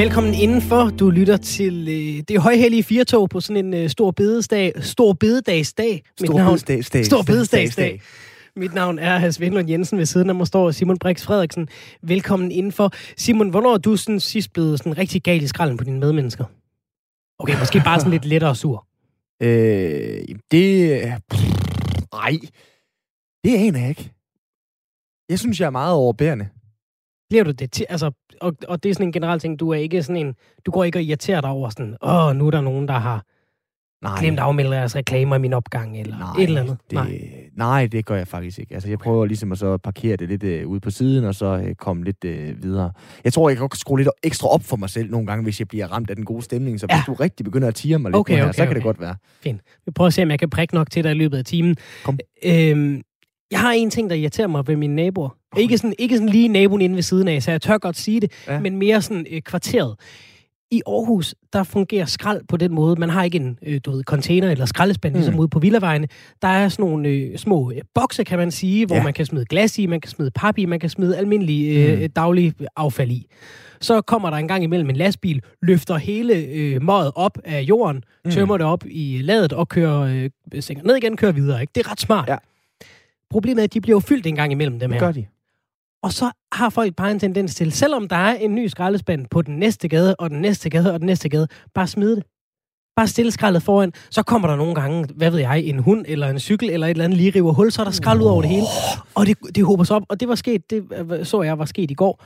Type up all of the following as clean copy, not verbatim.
Velkommen indenfor. Du lytter til det højhellige firtog på sådan en stor bededagsdag. Stor bededagsdag. Mit navn er Hans Vindlund Jensen, ved siden af mig står Simon Brix Frederiksen. Velkommen indenfor. Simon, hvornår er du sådan sidst blevet sådan rigtig galt i skralden på dine medmennesker? Okay, måske bare sådan lidt lettere sur. Det aner jeg ikke. Jeg synes, jeg er meget overbærende. Bliver du det? Og det er sådan en generel ting, du er ikke sådan en... Du går ikke og irriterer dig over sådan, nu er der nogen, der har glemt at afmelde deres reklamer i min opgang, eller et eller andet. Nej, det gør jeg faktisk ikke. Altså, jeg prøver ligesom at så parkere det lidt ude på siden, og så komme lidt videre. Jeg tror, jeg kan skrue lidt ekstra op for mig selv nogle gange, hvis jeg bliver ramt af den gode stemning. Så hvis du rigtig begynder at tire mig lidt her, så kan det godt være. Fint. Vi prøver at se, om jeg kan prikke nok til dig i løbet af timen. Kom. Jeg har en ting, der irriterer mig ved mine naboer. Ikke sådan lige naboen inde ved siden af, så jeg tør godt sige det, men mere sådan kvarteret. I Aarhus, der fungerer skrald på den måde. Man har ikke en container eller skraldespand, ligesom ude på Villavejene. Der er sådan nogle små bokse, kan man sige, hvor man kan smide glas i, man kan smide pap i, man kan smide almindelig daglig affald i. Så kommer der en gang imellem en lastbil, løfter hele møget op af jorden, tømmer det op i ladet og kører ned igen, kører videre. Ikke? Det er ret smart. Ja. Problemet er, at de bliver jo fyldt en gang imellem dem her. Gør de. Og så har folk bare en tendens til, selvom der er en ny skraldespand på den næste gade, og den næste gade, og den næste gade, bare smide det. Bare stille skraldet foran. Så kommer der nogle gange, hvad ved jeg, en hund eller en cykel eller et eller andet lige river hul, så er der skrald ud over det hele. Og det hober sig op. Og det var sket, var sket i går,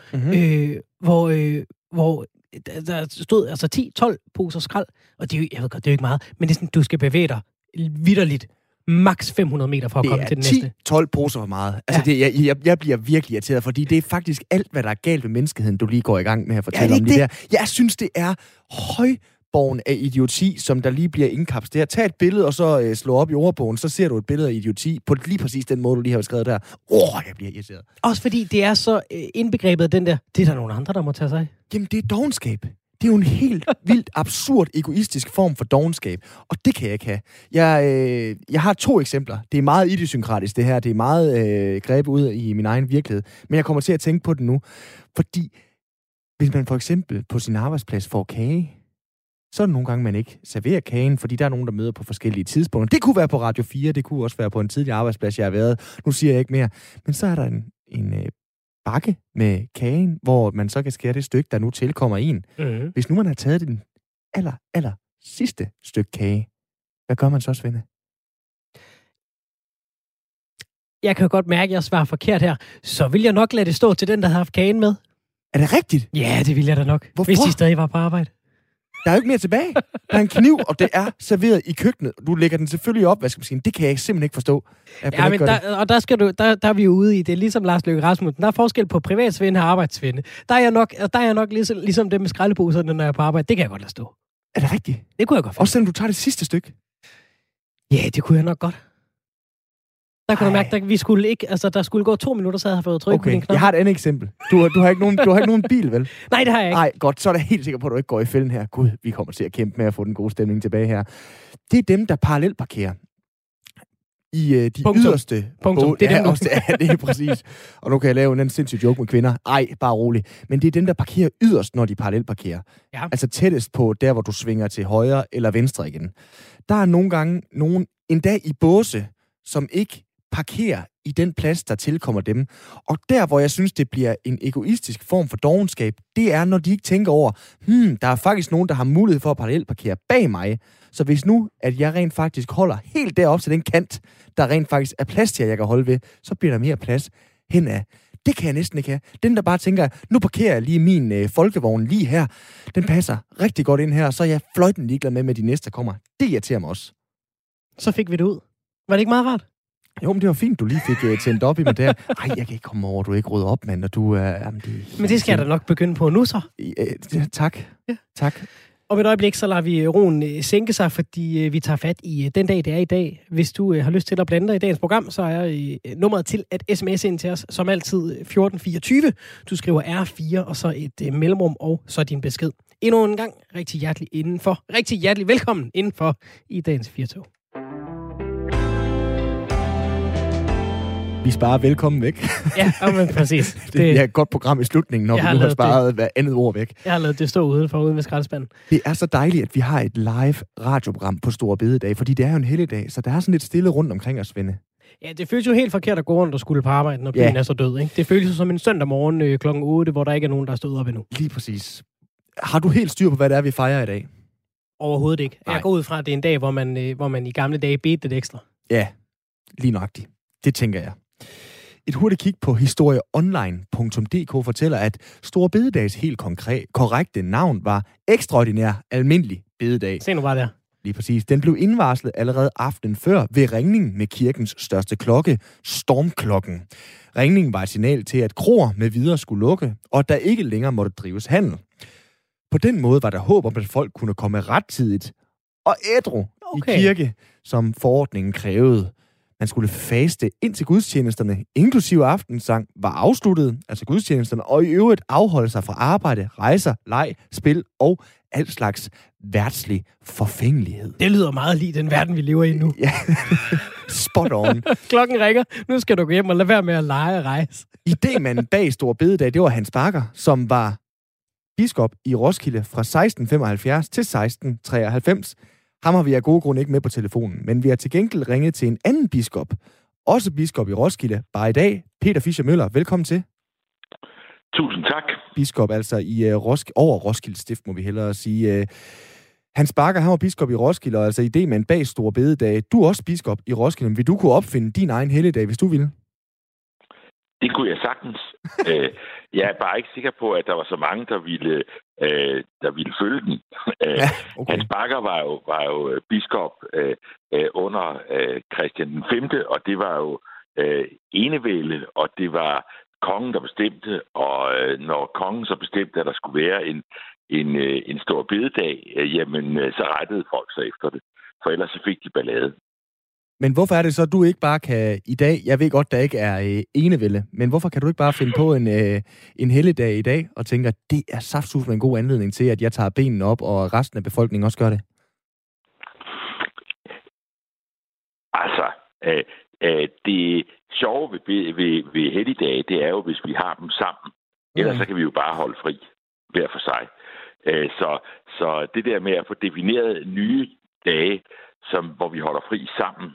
hvor der stod altså 10-12 poser skrald. Og det er jo, jeg ved godt, det er jo ikke meget, men det er sådan, du skal bevæge dig vitterligt. Max 500 meter for at komme til den næste. 10-12 poser for meget. Altså, jeg bliver virkelig irriteret, fordi det er faktisk alt, hvad der er galt med menneskeheden, du lige går i gang med at fortælle om det der. Jeg synes, det er højborgen af idioti, som der lige bliver indkapslet. Tag et billede, og så slå op i ordbogen, så ser du et billede af idioti på lige præcis den måde, du lige har skrevet der. Jeg bliver irriteret. Også fordi det er så indbegrebet af den der, det er der nogle andre, der må tage sig. Jamen, det er dovenskab. Det er jo en helt vildt absurd, egoistisk form for dovenskab, og det kan jeg ikke have. Jeg har 2 eksempler. Det er meget idiosynkratisk, det her. Det er meget grebet ud i min egen virkelighed. Men jeg kommer til at tænke på det nu. Fordi hvis man for eksempel på sin arbejdsplads får kage, så er det nogle gange, man ikke serverer kagen, fordi der er nogen, der møder på forskellige tidspunkter. Det kunne være på Radio 4, det kunne også være på en tidlig arbejdsplads, jeg har været. Nu siger jeg ikke mere. Men så er der en bakke med kagen, hvor man så kan skære det stykke, der nu tilkommer en. Mm-hmm. Hvis nu man har taget den aller sidste stykke kage, hvad gør man så, Svende? Jeg kan jo godt mærke, at jeg svarer forkert her. Så vil jeg nok lade det stå til den, der har haft kagen med. Er det rigtigt? Ja, det vil jeg da nok. Hvorfor? Hvis de stadig var på arbejde. Der er jo ikke mere tilbage. Der er en kniv, og det er serveret i køkkenet. Du lægger den selvfølgelig i opvaskemaskinen. Det kan jeg simpelthen ikke forstå. Ja, men der er vi jo ude i det. Ligesom Lars Løkke Rasmussen. Der er forskel på privatsvende og arbejdssvende. Der er jeg nok ligesom det med skraldeposerne, når jeg er på arbejde. Det kan jeg godt lade stå. Er det rigtigt? Det kunne jeg godt. Også selvom du tager det sidste stykke? Ja, det kunne jeg nok godt. Der kunne du mærke, at vi skulle ikke, altså der skulle gå 2 minutter, så havde jeg fået tryk på din knap. Jeg har et andet eksempel. Du har ikke nogen bil, vel? Nej, det har jeg ikke. Nej, godt. Så er jeg helt sikker på, at du ikke går i fælden her. Gud, vi kommer til at kæmpe med at få den gode stemning tilbage her. Det er dem, der parallelparkerer i de yderste... Punktum. Det er dem også, det er præcis. Og nu kan jeg lave en sindssyg joke med kvinder. Ej, bare rolig. Men det er dem, der parkerer yderst, når de parallelparkerer. Ja. Altså tættest på der, hvor du svinger til højre eller venstre igen. Der er nogle gange nogen endda i båse, som ikke parkerer i den plads, der tilkommer dem. Og der, hvor jeg synes, det bliver en egoistisk form for dovenskab, det er, når de ikke tænker over, der er faktisk nogen, der har mulighed for at parallelparkere bag mig. Så hvis nu, at jeg rent faktisk holder helt derop til den kant, der rent faktisk er plads til, at jeg kan holde ved, så bliver der mere plads henad. Det kan jeg næsten ikke have. Den, der bare tænker, nu parkerer jeg lige min folkevogn lige her, den passer rigtig godt ind her, så er jeg fløjten ligeglad med de næste, der kommer. Det irriterer mig også. Så fik vi det ud. Var det ikke meget rart? Jo, men det var fint, du lige fik tændt op i mig der. Ej, jeg kan ikke komme over, du er ikke ryddet op, mand, og du er... Men det skal jeg da nok begynde på nu, så. Tak. Ja. Tak. Om et øjeblik, så lader vi roen sænke sig, fordi vi tager fat i den dag, det er i dag. Hvis du har lyst til at blande dig i dagens program, så er nummeret til at sms'e ind til os, som altid 1424. Du skriver R4, og så et mellemrum, og så din besked. Endnu en gang, rigtig hjertelig velkommen indenfor i dagens Firtog. Vi sparer velkommen væk. Ja, men præcis. Det er et godt program i slutningen, når vi nu har sparet hver andet ord væk. Jeg har lavet det stå udenfor, uden ved skraldespanden. Det er så dejligt, at vi har et live radioprogram på Store Bededag, fordi det er jo en helligdag, så der er sådan lidt stille rundt omkring os, Svende. Ja, det føles jo helt forkert at gå rundt og skulle på arbejde, når byen er så død, ikke? Det føles jo som en søndag morgen klokken 8, hvor der ikke er nogen, der er stået op endnu. Lige præcis. Har du helt styr på, hvad det er, vi fejrer i dag? Overhovedet ikke. Nej. Jeg går ud fra, at det er en dag, hvor man i gamle dage bedte lidt ekstra. Ja, lige nøjagtigt. Det tænker jeg. Et hurtigt kig på historieonline.dk fortæller, at Store Bededags helt korrekte navn var ekstraordinær almindelig bededag. Se nu bare der. Lige præcis. Den blev indvarslet allerede aftenen før ved ringning med kirkens største klokke, stormklokken. Ringningen var et signal til, at kroer med videre skulle lukke, og at der ikke længere måtte drives handel. På den måde var der håb om, at folk kunne komme rettidigt og ædru i kirke, som forordningen krævede. Man skulle faste indtil gudstjenesterne, inklusive aftensang, var afsluttet, altså gudstjenesterne, og i øvrigt afholde sig fra arbejde, rejser, leg, spil og alt slags værtslig forfængelighed. Det lyder meget lige den verden, vi lever i nu. Ja, spot on. Klokken ringer. Nu skal du gå hjem og lade være med at lege og rejse. Idémanden bag Store Bededag, det var Hans Bakker, som var biskop i Roskilde fra 1675 til 1693. Ham har vi af gode grunde ikke med på telefonen, men vi har til gengæld ringet til en anden biskop, også biskop i Roskilde, bare i dag, Peter Fischer Møller. Velkommen til. Tusind tak. Biskop altså i over Roskilde Stift, må vi hellere sige. Hans Bakker, han var biskop i Roskilde, og altså idémand bag Store Bededag. Du er også biskop i Roskilde. Vil du kunne opfinde din egen helligdag, hvis du ville? Det kunne jeg sagtens. Jeg er bare ikke sikker på, at der var så mange, der ville følge den. Ja, okay. Hans Bakker var jo biskop under Christian den 5., og det var jo enevælde, og det var kongen, der bestemte, og når kongen så bestemte, at der skulle være en stor bededag, jamen så rettede folk sig efter det, for ellers så fik de ballade. Men hvorfor er det så, at du ikke bare kan i dag, jeg ved godt, der ikke er enevælde, men hvorfor kan du ikke bare finde på en helligdag i dag, og tænker, at det er saftsus med en god anledning til, at jeg tager benene op, og resten af befolkningen også gør det? Altså, det sjove ved helligdage, det er jo, hvis vi har dem sammen. Ellers så kan vi jo bare holde fri hver for sig. Så det der med at få defineret nye dage, hvor vi holder fri sammen,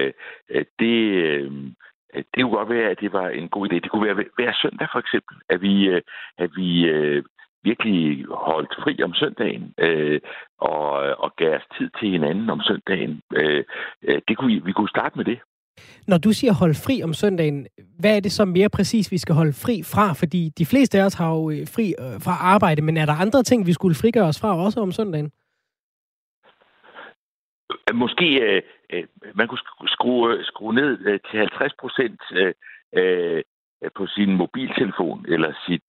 det kunne godt være, at det var en god idé. Det kunne være hver søndag for eksempel, at vi virkelig holdt fri om søndagen og gav os tid til hinanden om søndagen. Vi kunne starte med det. Når du siger holde fri om søndagen, hvad er det så mere præcis, vi skal holde fri fra? Fordi de fleste af os har jo fri fra arbejde, men er der andre ting, vi skulle frigøre os fra også om søndagen? Måske man kunne skrue ned til 50% på sin mobiltelefon eller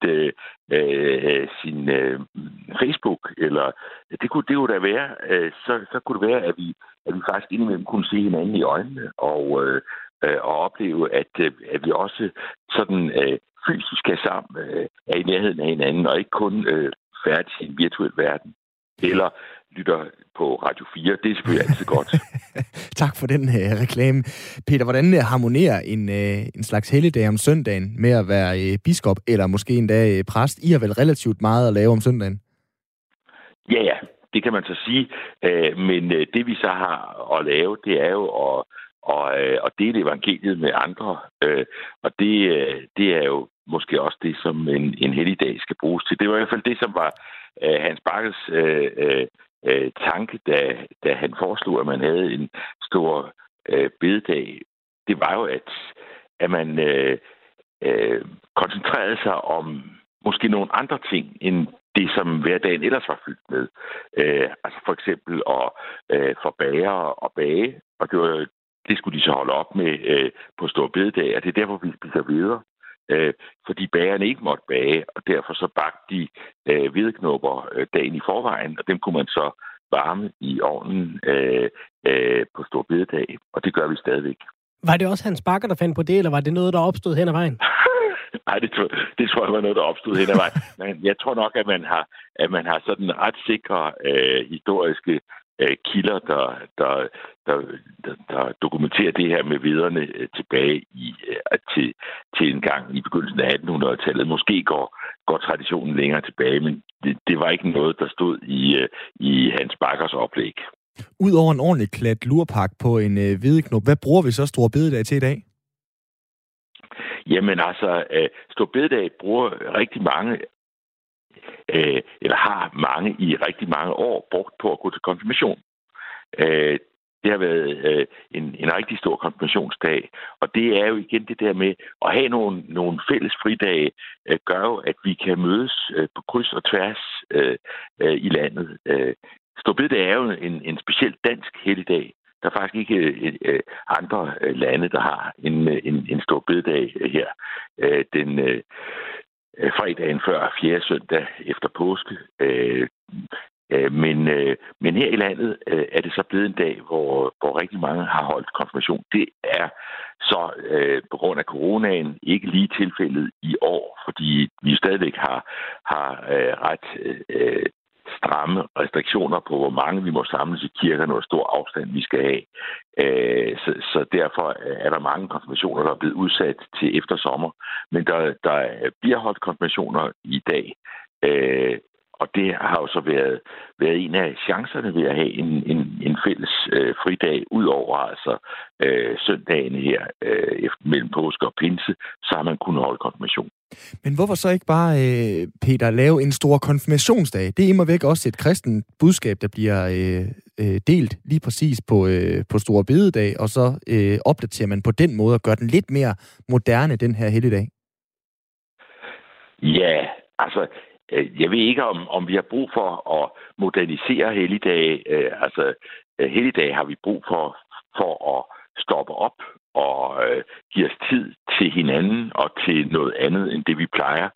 sin Facebook, eller det kunne da være. Så kunne det være, at vi faktisk indimellem kunne se hinanden i øjnene og opleve, at vi også sådan fysisk er sammen, er i nærheden af hinanden og ikke kun færdig i en virtuel verden. Eller lytter på Radio 4. Det er selvfølgelig altid godt. Tak for den reklame. Peter, hvordan harmonerer en slags helligdag om søndagen med at være biskop, eller måske endda præst? I har vel relativt meget at lave om søndagen? Ja, det kan man så sige. Men det vi så har at lave, det er jo at dele evangeliet med andre. Og det er jo måske også det, som en helligdag skal bruges til. Det var i hvert fald det, som var Hans Bakkes tanke, da han foreslog, at man havde en stor bededag. Det var jo, at man koncentrerede sig om måske nogle andre ting, end det, som hverdagen ellers var fyldt med. Altså for eksempel at få bagere og bage, og det skulle de så holde op med på stor bededag, og det er derfor, vi spiser videre. Fordi bagerne ikke måtte bage, og derfor så bagte de hvedeknopper dagen i forvejen, og dem kunne man så varme i ovnen på stor bededag, og det gør vi stadigvæk. Var det også Hans Bakker, der fandt på det, eller var det noget, der opstod hen ad vejen? Nej, det tror jeg var noget, der opstod hen ad vejen. Men jeg tror nok, at man har sådan ret sikre historiske kilder, der dokumenterer det her med viderne tilbage til en gang i begyndelsen af 1800-tallet. Måske går traditionen længere tilbage, men det var ikke noget, der stod i Hans Baggers oplæg. Udover en ordentlig klat lurpak på en hvideknop, hvad bruger vi så store bededag til i dag? Jamen altså, store bededag bruger rigtig mange, eller har mange i rigtig mange år brugt på at gå til konfirmation. Det har været en rigtig stor konfirmationsdag, og det er jo igen det der med at have nogle fælles fridage, gør jo, at vi kan mødes på kryds og tværs i landet. Store bededag er jo en speciel dansk helligdag. Der er faktisk ikke andre lande, der har en stor bededag her. Den fredagen før 4. søndag efter påske. Men her i landet er det så blevet en dag, hvor rigtig mange har holdt konfirmation. Det er så på grund af coronaen ikke lige tilfældet i år, fordi vi stadigvæk har ret stramme restriktioner på, hvor mange vi må samles i kirkerne, og hvor stor afstand vi skal have. Så derfor er der mange konfirmationer, der er blevet udsat til efter sommer. Men der bliver holdt konfirmationer i dag. Og det har jo så været en af chancerne ved at have en fælles fridag, udover altså søndagene her mellem påske og pinse, så har man kunnet holde konfirmation. Men hvorfor så ikke bare, Peter, lave en stor konfirmationsdag? Det er immer væk også et kristen budskab, der bliver delt lige præcis på Store Bededag, og så opdaterer man på den måde og gør den lidt mere moderne, den her helligdag. Ja, altså jeg ved ikke, om vi har brug for at modernisere helligdage. Helligdage har vi brug for at stoppe op og give os tid til hinanden og til noget andet, end det vi plejer.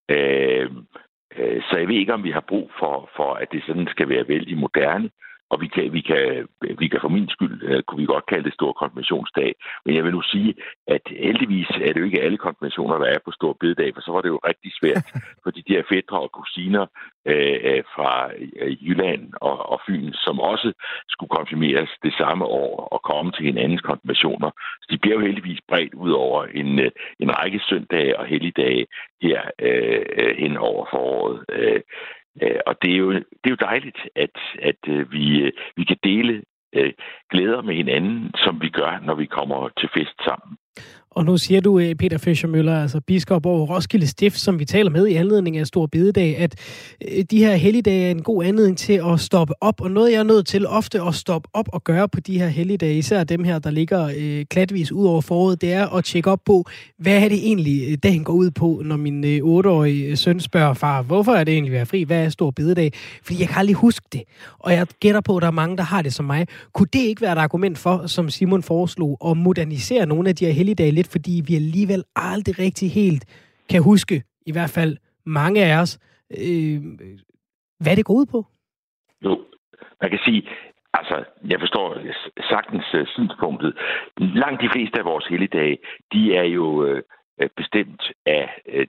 Så jeg ved ikke, om vi har brug for at det sådan skal være vældig moderne. Og vi kan for min skyld, kunne vi godt kalde det stor konfirmationsdag. Men jeg vil nu sige, at heldigvis er det jo ikke alle konfirmationer, der er på stor bededag, for så var det jo rigtig svært for de der fætre og kusiner fra Jylland og Fyn, som også skulle konfirmeres det samme år og komme til hinandens konfirmationer. Så de bliver jo heldigvis bredt ud over en række søndage og helligdage her hen over foråret. Og det er jo dejligt, at vi kan dele glæder med hinanden, som vi gør, når vi kommer til fest sammen. Og nu siger du, Peter Fischer-Møller, altså biskop over Roskilde Stift, som vi taler med i anledning af Stor Bededag, at de her helligdage er en god anledning til at stoppe op, og noget jeg er nødt til ofte at stoppe op og gøre på de her helligdage, især dem her, der ligger klatvis ud over foråret, det er at tjekke op på, hvad er det egentlig, dagen går ud på, når min 8-årige søn spørger far, hvorfor er det egentlig være fri, hvad er Stor Bededag? Fordi jeg kan aldrig huske det, og jeg gætter på, at der er mange, der har det som mig. Kunne det ikke være et argument for, som Simon foreslog, at modernisere nogle af de her helligdage lidt, fordi vi alligevel aldrig rigtig helt kan huske, i hvert fald mange af os, hvad det går ud på? Jo, man kan sige, altså, jeg forstår sagtens synspunktet. Langt de fleste af vores helligdage, de er jo bestemt af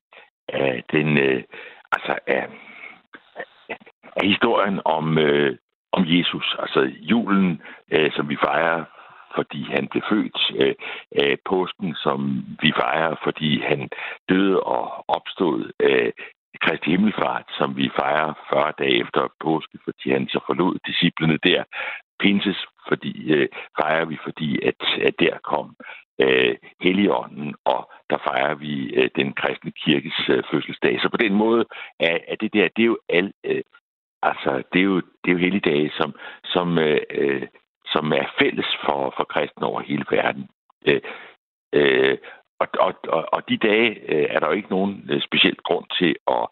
historien om Jesus. Altså julen, som vi fejrer, fordi han blev født, påsken, som vi fejrer, fordi han døde og opstod, Kristi himmelfart, som vi fejrer 40 dage efter påske, fordi han så forlod disciplene der. Pinses fejrer vi, fordi at der kom Helligånden, og der fejrer vi den kristne kirkes fødselsdag. Så på den måde er det der, det er jo det er jo helligdage, som er fælles for kristne over hele verden. Og de dage er der jo ikke nogen speciel grund til at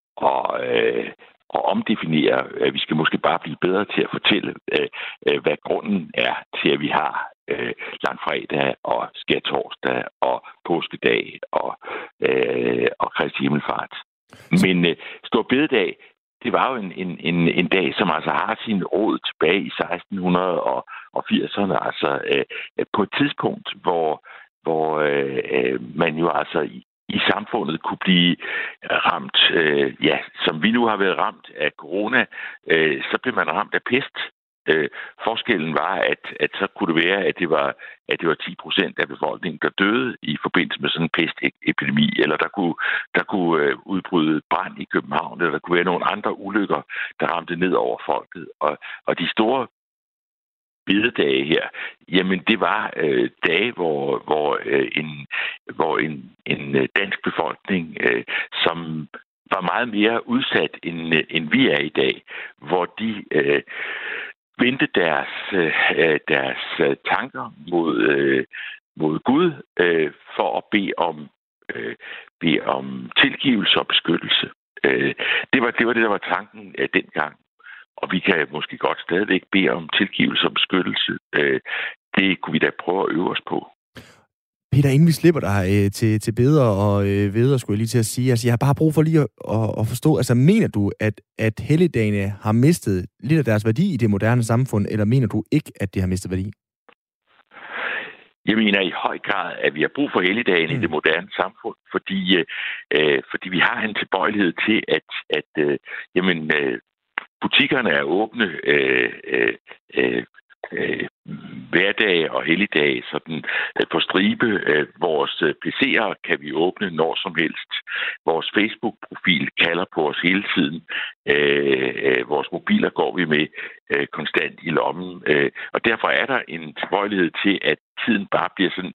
omdefinere. Vi skal måske bare blive bedre til at fortælle, hvad grunden er til, at vi har langfredag og skærtorsdag og påskedag og Kristi himmelfart. Men Stor Bededag, det var jo en dag, som altså har sin rod tilbage i 1680'erne, altså på et tidspunkt, hvor man jo altså i samfundet kunne blive ramt, som vi nu har været ramt af corona, så blev man ramt af pest. Forskellen var, at så kunne det være, at det var 10% af befolkningen, der døde i forbindelse med sådan en pestepidemi, eller der kunne udbryde brand i København, eller der kunne være nogle andre ulykker, der ramte ned over folket. Og de store bededage her, jamen det var dage, hvor en dansk befolkning, som var meget mere udsat, end vi er i dag, hvor de vendte deres tanker mod Gud for at bede om tilgivelse og beskyttelse. Det var det, der var tanken dengang. Og vi kan måske godt stadigvæk bede om tilgivelse og beskyttelse. Det kunne vi da prøve at øve os på. Peter, inden vi slipper dig til beder og veder, skulle jeg lige til at sige, altså jeg har bare brug for lige at forstå, altså mener du, at helligdagene har mistet lidt af deres værdi i det moderne samfund, eller mener du ikke, at det har mistet værdi? Jeg mener i høj grad, at vi har brug for helligdagen i det moderne samfund, fordi vi har en tilbøjelighed til, at butikkerne er åbne hverdage og helligdage sådan på stribe. Vores PC'er kan vi åbne når som helst. Vores Facebook-profil kalder på os hele tiden. Vores mobiler går vi med konstant i lommen. Og derfor er der en tilbøjelighed til, at tiden bare bliver sådan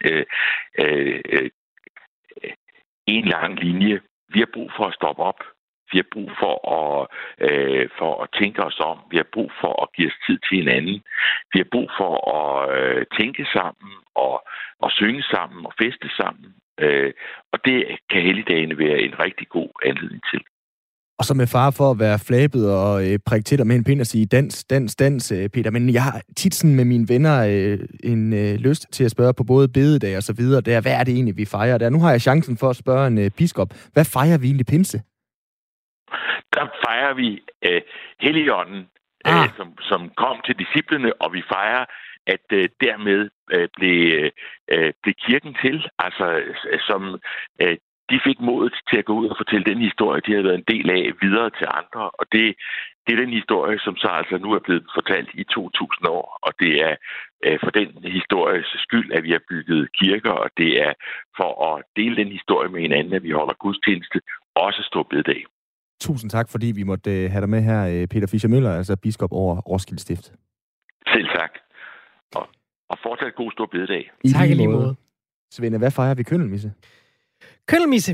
en lang linje. Vi har brug for at stoppe op. Vi har brug for at tænke os om. Vi har brug for at give os tid til hinanden. Vi har brug for at tænke sammen og synge sammen og feste sammen. Og det kan helligdagene være en rigtig god anledning til. Og så med fare for at være flabet og prikke til dig med en pind og sige dans, Peter. Men jeg har tit sådan med mine venner en lyst til at spørge på både bededag og så videre. Hvad er det egentlig, vi fejrer der? Nu har jeg chancen for at spørge en biskop. Hvad fejrer vi egentlig pinse? Der fejrer vi Helligånden, som kom til disciplene, og vi fejrer, at dermed blev kirken til, altså som de fik modet til at gå ud og fortælle den historie, de havde været en del af, videre til andre. Og det er den historie, som så altså nu er blevet fortalt i 2000 år, og det er for den histories skyld, at vi har bygget kirker, og det er for at dele den historie med hinanden, at vi holder gudstjeneste, også stor bededag. Tusind tak, fordi vi måtte have dig med her, Peter Fischer-Møller, altså biskop over Roskilde Stift. Selv tak. Og fortsat god stor bededag. Tak i lige måde. Svende, hvad fejrer vi køndelmisse? Køndelmisse?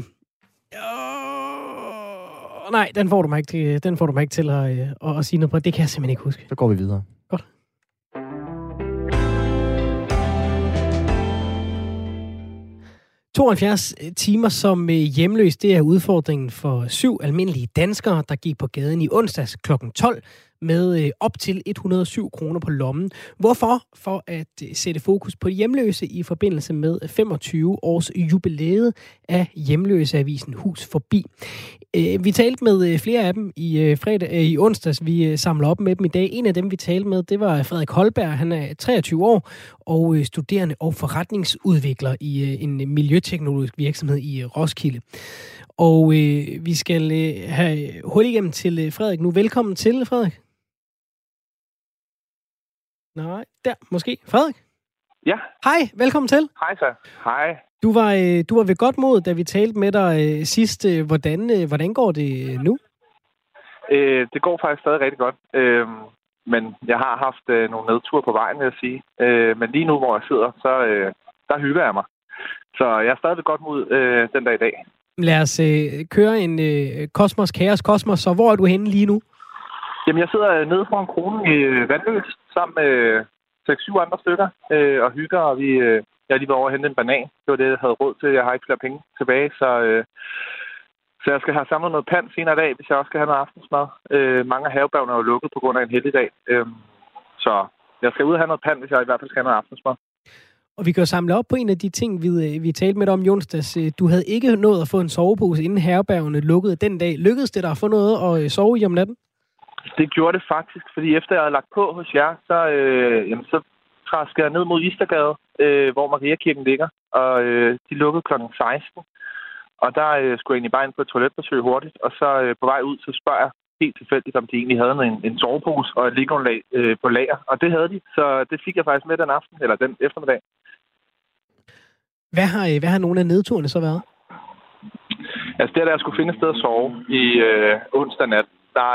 Nej, den får du mig ikke til at sige noget på. Det kan jeg simpelthen ikke huske. Så går vi videre. Godt. timer som hjemløs, det er udfordringen for 7 almindelige danskere, der gik på gaden i onsdags kl. 12 med op til 107 kroner på lommen. Hvorfor? For at sætte fokus på de hjemløse i forbindelse med 25 års jubilæet af hjemløseavisen Hus Forbi. Vi talte med flere af dem i onsdags. Vi samler op med dem i dag. En af dem, vi talte med, det var Frederik Holberg. Han er 23 år og studerende og forretningsudvikler i en miljøteknologisk virksomhed i Roskilde. Og vi skal have hul igennem til Frederik nu. Velkommen til, Frederik. Nej, der måske. Frederik? Ja. Hej, velkommen til. Hej så. Hej. Du var ved godt mod, da vi talte med dig sidst. Hvordan går det nu? Det går faktisk stadig rigtig godt. Men jeg har haft nogle nedture på vejen, vil jeg sige. Men lige nu, hvor jeg sidder, så der hygger jeg mig. Så jeg er stadig ved godt mod den dag i dag. Lad os køre en Kosmos Kaos Kosmos. Så hvor er du henne lige nu? Jamen, jeg sidder nede foran kronen i Vandløs sammen med 6-7 andre stykker og hygger, og jeg er lige ved over at hente en banan. Det var det, jeg havde råd til. Jeg har ikke flere penge tilbage, så jeg skal have samlet noget pand senere i dag, hvis jeg også skal have noget aftensmad. Mange af havebærgene er jo lukket på grund af en helligdag, så jeg skal ud og have noget pand, hvis jeg i hvert fald skal have noget aftensmad. Og vi kan jo samle op på en af de ting, vi talte med dig om i onsdags. Du havde ikke nået at få en sovepose, inden herbergerne lukkede den dag. Lykkedes det dig at få noget at sove i om natten? Det gjorde det faktisk, fordi efter jeg havde lagt på hos jer, så traskede jeg ned mod Istergade, hvor Mariakirken ligger, og de lukkede kl. 16. Og der skulle jeg egentlig bare ind på et toiletbesøg hurtigt, og så på vej ud, så spørger jeg helt tilfældigt, om de egentlig havde en sovepose og et liggeunderlag på lager. Og det havde de, så det fik jeg faktisk med den aften, eller den eftermiddag. Hvad har nogle af nedturene så været? Altså der jeg skulle finde et sted at sove i onsdag nat,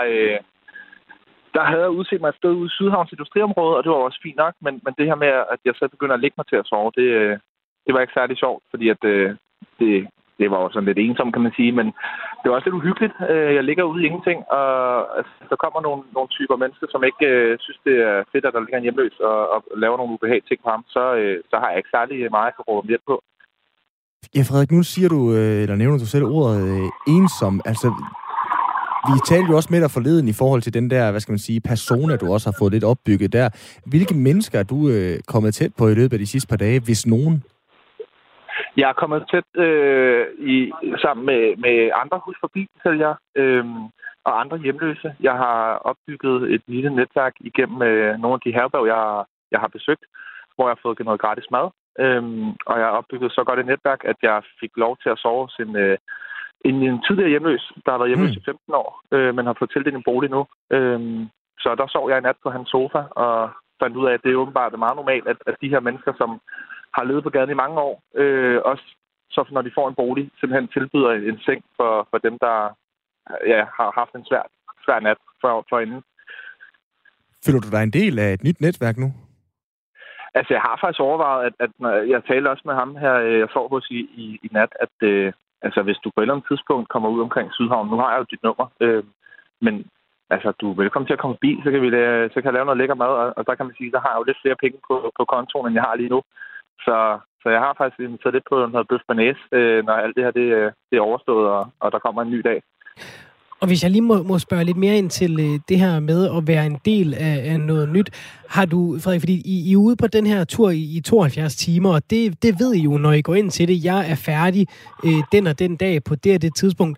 der havde jeg udset mig et sted ude i Sydhavns industriområde, og det var også fint nok, men det her med, at jeg så begynder at lægge mig til at sove, det var ikke særlig sjovt, fordi at det var jo sådan lidt ensomt, kan man sige, men det var også lidt uhyggeligt. Jeg ligger ude i ingenting, og altså, der kommer nogle typer mennesker, som ikke synes, det er fedt, at der ligger en hjemløs og laver nogle ubehagelige ting på ham, så har jeg ikke særlig meget at råbe hjælp på. Ja, Frederik, nu siger du, eller nævner du selv ordet ensom. Altså, vi talte jo også med dig forleden i forhold til den der, hvad skal man sige, persona, du også har fået lidt opbygget der. Hvilke mennesker er du kommet tæt på i løbet af de sidste par dage, hvis nogen? Jeg er kommet tæt sammen med andre hus forbi sælgere og andre hjemløse. Jeg har opbygget et lille netværk igennem nogle af de herberg, jeg har besøgt, hvor jeg har fået noget gratis mad. Og jeg har opbygget så godt et netværk, at jeg fik lov til at sove hos en tidligere hjemløs, der har været hjemløs i 15 år, men har fået tildelt en bolig nu. Så der sov jeg i nat på hans sofa, og fandt ud af, at det er åbenbart meget normalt, at de her mennesker, som har levet på gaden i mange år, også så når de får en bolig, simpelthen tilbyder en seng for dem, der har haft en svær nat forinden. Føler du dig en del af et nyt netværk nu? Altså, jeg har faktisk overvejet, at jeg talte også med ham her, jeg sov hos i nat, at altså, hvis du på et eller andet tidspunkt kommer ud omkring Sydhavn, nu har jeg jo dit nummer, men altså, du er velkommen til at komme forbi, så kan jeg lave noget lækker mad, og der kan man sige, der har jeg jo lidt flere penge på kontoen, end jeg har lige nu. Så jeg har faktisk taget lidt på noget bøf banæs, når alt det her det er overstået, og der kommer en ny dag. Og hvis jeg lige må spørge lidt mere ind til det her med at være en del af noget nyt. Har du, Frederik, fordi I er ude på den her tur i 72 timer, og det ved I jo, når I går ind til det. Jeg er færdig den og den dag på det og det tidspunkt.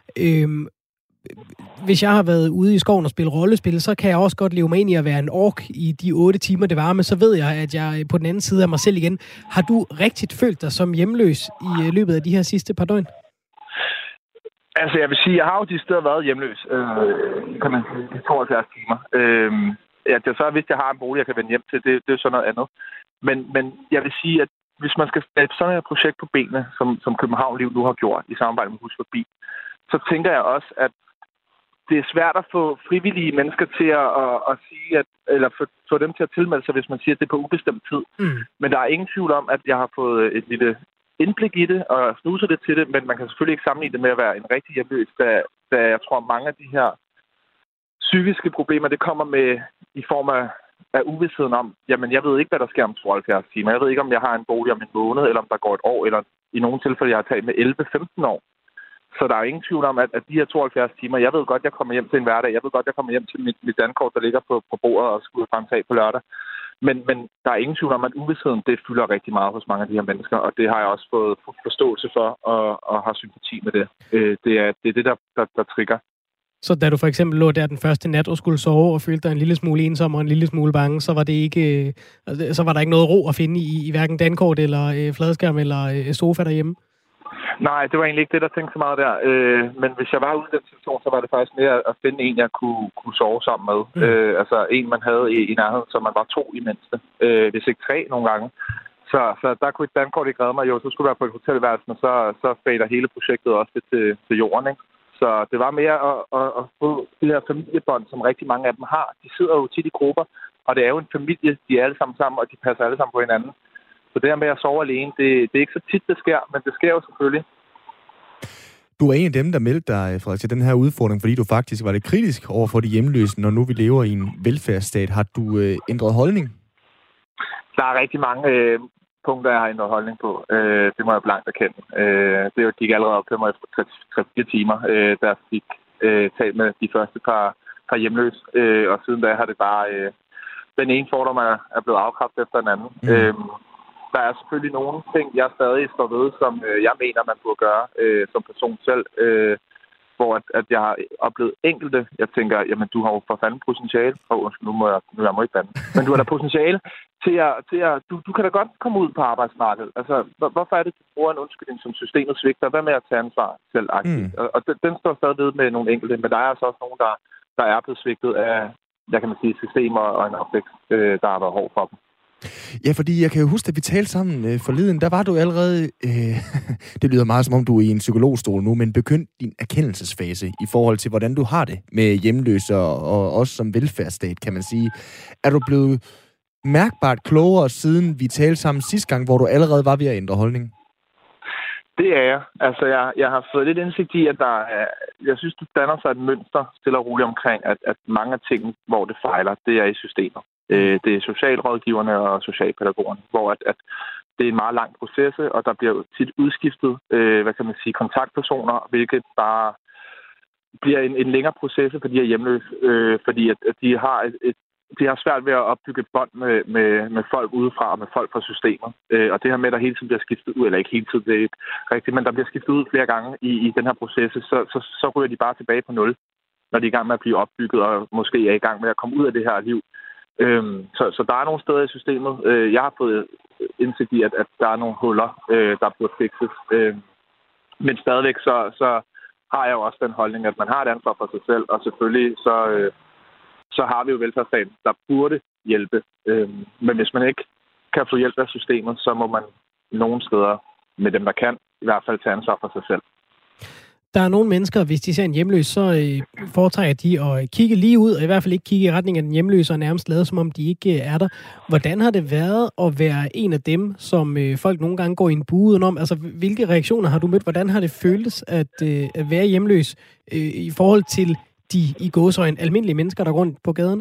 Hvis jeg har været ude i skoven og spille rollespil, så kan jeg også godt leve mig ind i at være en ork i de 8 timer, det var, men så ved jeg, at jeg på den anden side af mig selv igen. Har du rigtigt følt dig som hjemløs i løbet af de her sidste par døgn? Altså, jeg vil sige, jeg har jo de steder været hjemløs, kan man sige, i 72 timer. At jeg så hvis jeg har en bolig, jeg kan vende hjem til, det er jo sådan noget andet. Men jeg vil sige, at hvis man skal skabe sådan et projekt på benene, som København Liv nu har gjort i samarbejde med Hus Forbi, så tænker jeg også, at det er svært at få frivillige mennesker til at sige, eller få dem til at tilmelde sig, hvis man siger, at det er på ubestemt tid. Men der er ingen tvivl om, at jeg har fået et lille indblik i det, og snuser det til det, men man kan selvfølgelig ikke sammenligne det med at være en rigtig hjemløs, da jeg tror, mange af de her psykiske problemer, det kommer med i form af uvidstheden om, jamen jeg ved ikke, hvad der sker om 72 timer. Jeg ved ikke, om jeg har en bolig om en måned, eller om der går et år, eller i nogle tilfælde, jeg har taget med 11-15 år. Så der er jo ingen tvivl om, at de her 72 timer, jeg ved godt, jeg kommer hjem til en hverdag. Jeg ved godt, jeg kommer hjem til mit dankort, der ligger på bordet og skal ud fra en sag på lørdag. Men der er ingen tvivl om, at uvidstheden, det fylder rigtig meget hos mange af de her mennesker, og det har jeg også fået forståelse for og har sympati med det. Det er det, der trigger. Så da du for eksempel lå der den første nat og skulle sove og følte dig en lille smule ensom og en lille smule bange, så var der ikke noget ro at finde i hverken dankort eller fladskærm eller sofa derhjemme? Nej, det var egentlig ikke det, der tænkte så meget der. Men hvis jeg var ude i den situation, så var det faktisk mere at finde en, jeg kunne sove sammen med. Altså en, man havde i nærheden, så man var 2 i mindste. Hvis ikke 3 nogle gange. Så der kunne et dankort ikke redde mig. Jo, så skulle jeg være på et hotelværelse, og så fader hele projektet også til jorden, ikke? Så det var mere at få de her familiebånd, som rigtig mange af dem har. De sidder jo tit i grupper, og det er jo en familie. De er alle sammen, og de passer alle sammen på hinanden. Så det her med at sove alene, det er ikke så tit, det sker, men det sker jo selvfølgelig. Du er en af dem, der meldte dig, Frederik, til den her udfordring, fordi du faktisk var lidt kritisk over for de hjemløse, når nu vi lever i en velfærdsstat. Har du ændret holdning? Der er rigtig mange punkter, jeg har ændret holdning på. Det må jeg blankt erkende. Det gik allerede op til mig efter 3-4 timer, da jeg fik talt med de første par hjemløse. Og siden da har det bare... den ene fordom er blevet afkræftet efter den anden. Der er selvfølgelig nogle ting, jeg stadig står ved, som jeg mener, man burde gøre som person selv. Hvor at jeg har oplevet enkelte. Jeg tænker, jamen du har jo for fanden potentiale. Nu må jeg ikke fanden. Men du har da potentiale til at du kan da godt komme ud på arbejdsmarkedet. Altså, hvorfor er det, du bruger en undskyldning som systemet svigter? Hvad med at tage ansvar selv? Og den står stadig ved med nogle enkelte, men der er altså også nogen, der er blevet svigtet af, hvad kan man sige, systemer og en opvækst, der har været hård for dem. Ja, fordi jeg kan jo huske, at vi talte sammen forleden, der var du allerede, det lyder meget som om du er i en psykologstol nu, men begyndt din erkendelsesfase i forhold til, hvordan du har det med hjemløse og også som velfærdsstat, kan man sige. Er du blevet mærkbart klogere, siden vi talte sammen sidste gang, hvor du allerede var ved at ændre holdning? Det er jeg. Altså, jeg har fået lidt indsigt i, at jeg synes, det danner sig et mønster stille og roligt omkring, at mange af tingene, hvor det fejler, det er i systemer. Det er socialrådgiverne og socialpædagogerne, hvor at det er en meget lang proces, og der bliver tit udskiftet, hvad kan man sige, kontaktpersoner, hvilket bare bliver en længere proces for de her hjemløse, fordi at de har svært ved at opbygge et bånd med folk udefra og med folk fra systemer. Og det her med, at der hele tiden bliver skiftet ud, eller ikke hele tiden, det er ikke rigtigt, men der bliver skiftet ud flere gange i den her proces, så ryger de bare tilbage på 0, når de er i gang med at blive opbygget, og måske er i gang med at komme ud af det her liv. Så der er nogle steder i systemet. Jeg har fået indsigt i, at der er nogle huller, der burde fikses. Men stadigvæk så har jeg jo også den holdning, at man har et ansvar for sig selv, og selvfølgelig så har vi jo velfærdsstaten, der burde hjælpe. Men hvis man ikke kan få hjælp af systemet, så må man nogle steder med dem, der kan, i hvert fald tage ansvar for sig selv. Der er nogle mennesker, hvis de ser en hjemløs, så foretrækker de at kigge lige ud, og i hvert fald ikke kigge i retning af den hjemløse, og nærmest lade, som om de ikke er der. Hvordan har det været at være en af dem, som folk nogle gange går i en bue udenom? Altså, hvilke reaktioner har du mødt? Hvordan har det føltes at være hjemløs i forhold til de i gåseøjne almindelige mennesker, der går rundt på gaderne?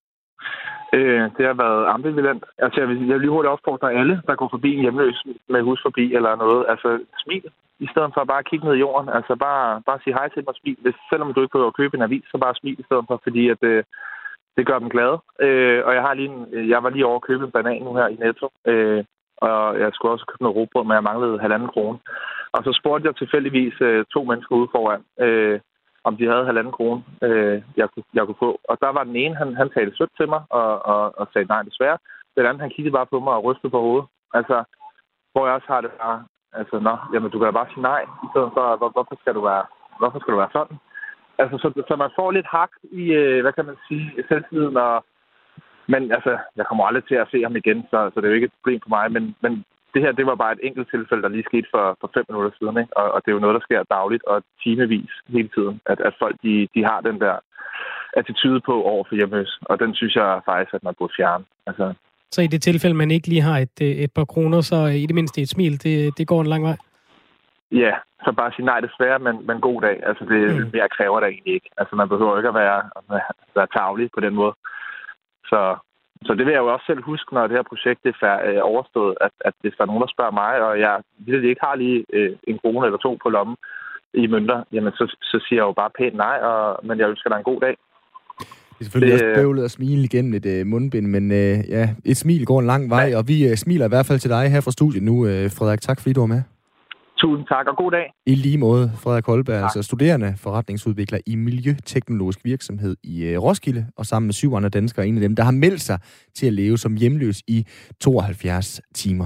Det har været ambivalent. Altså, jeg vil lige hurtigt opfordre alle, der går forbi en hjemløs med hus forbi eller noget. Altså, smil. I stedet for bare at kigge ned i jorden. Altså, bare sige hej til dem og smil. Selvom du ikke behøver at købe en avis, så bare smil i stedet for, fordi at, det gør dem glade. Og jeg var lige over at købe en banan nu her i Netto. Og jeg skulle også købe noget rugbrød, men jeg manglede 1,5 kroner. Og så spurgte jeg tilfældigvis 2 mennesker ude foran, om de havde 1,5 kroner, jeg kunne få. Og der var den ene, han talte sødt til mig, og sagde nej, desværre. Den anden, han kiggede bare på mig og rystede på hovedet. Altså, hvor jeg også har det bare, altså, jamen, du kan bare sige nej, i stedet for, hvorfor skal du være sådan? Altså, så man får lidt hak i, hvad kan man sige, selvtilliden, men altså, jeg kommer aldrig til at se ham igen, så det er jo ikke et problem for mig, men det her, det var bare et enkelt tilfælde, der lige skete for 5 minutter siden, ikke? Og det er jo noget, der sker dagligt og timevis hele tiden, at folk, de har den der attitude på over for hjemløs, og den synes jeg faktisk, at man burde fjerne. Altså. Så i det tilfælde, man ikke lige har et par kroner, så i det mindste et smil, det går en lang vej? Ja, så bare sige nej desværre, men god dag. Altså, det mere kræver det egentlig ikke. Altså, man behøver ikke at være tarvelig på den måde. Så det vil jeg jo også selv huske, når det her projekt er overstået, at hvis der er nogen, der spørger mig, og jeg virkelig ikke har lige 1 krone eller 2 på lommen i mønter, jamen så siger jeg jo bare pænt nej, men jeg ønsker dig en god dag. Det er selvfølgelig også bøvlet at smile igennem et mundbind, men ja, et smil går en lang vej, og vi smiler i hvert fald til dig her fra studiet nu, Frederik. Tak fordi du var med. Tusind tak, og god dag. I lige måde, Frederik Holberg, altså studerende forretningsudvikler i miljøteknologisk virksomhed i Roskilde, og sammen med 7 andre danskere, en af dem, der har meldt sig til at leve som hjemløs i 72 timer.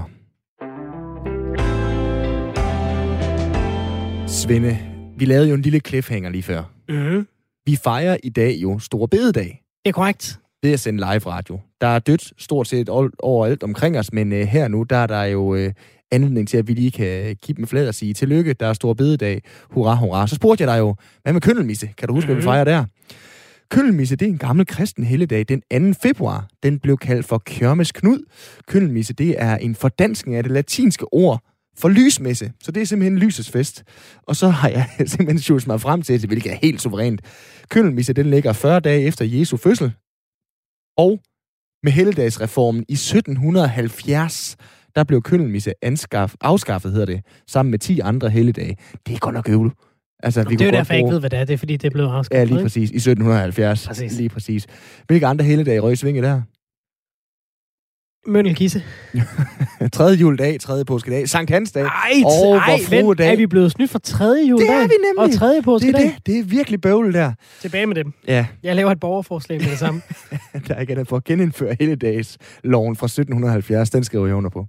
Svende, vi lavede jo en lille cliffhanger lige før. Mm-hmm. Vi fejrer i dag jo Store Bededag. Det er korrekt. Det er at sende live radio. Der er dødt stort set overalt omkring os, men her nu, der er der jo anledning til, at vi lige kan kigge med flaget og sige tillykke, der er Store Bededag, hurra, hurra. Så spurgte jeg dig jo, hvad med køndelmisse? Kan du huske, hvad vi fejrer der? Køndelmisse, det er en gammel kristen helligdag. Den 2. februar, den blev kaldt for Kjørmes Knud. Køndelmisse, det er en fordanskning af det latinske ord for lysmesse. Så det er simpelthen lysets fest. Og så har jeg simpelthen sjovt mig frem til, hvilket er helt suverænt. Køndelmisse, den ligger 40 dage efter Jesu fødsel. Og med helligdagsreformen i 1770, der blev køndelmisse afskaffet, hedder det, sammen med 10 andre helligdage. Det er godt nok øvlet. Altså, det er jo derfor, jeg ikke ved, hvad det er. Det er, fordi det blev afskaffet. Ja, lige præcis. I 1770. Præcis. Lige præcis. Hvilke andre helligdage røg i svinge der? Møndelkisse. 3. juledag, 3. påskedag, Sankt Hans dag. Er vi blevet snydt for 3. juledag? Det er vi nemlig. Og 3. påskedag? Det er virkelig bøvlet der. Tilbage med dem. Ja. Jeg laver et borgerforslag med det samme. Der er ikke andet for at genindføre helligdagsloven fra 1770. Den skriver jeg under på.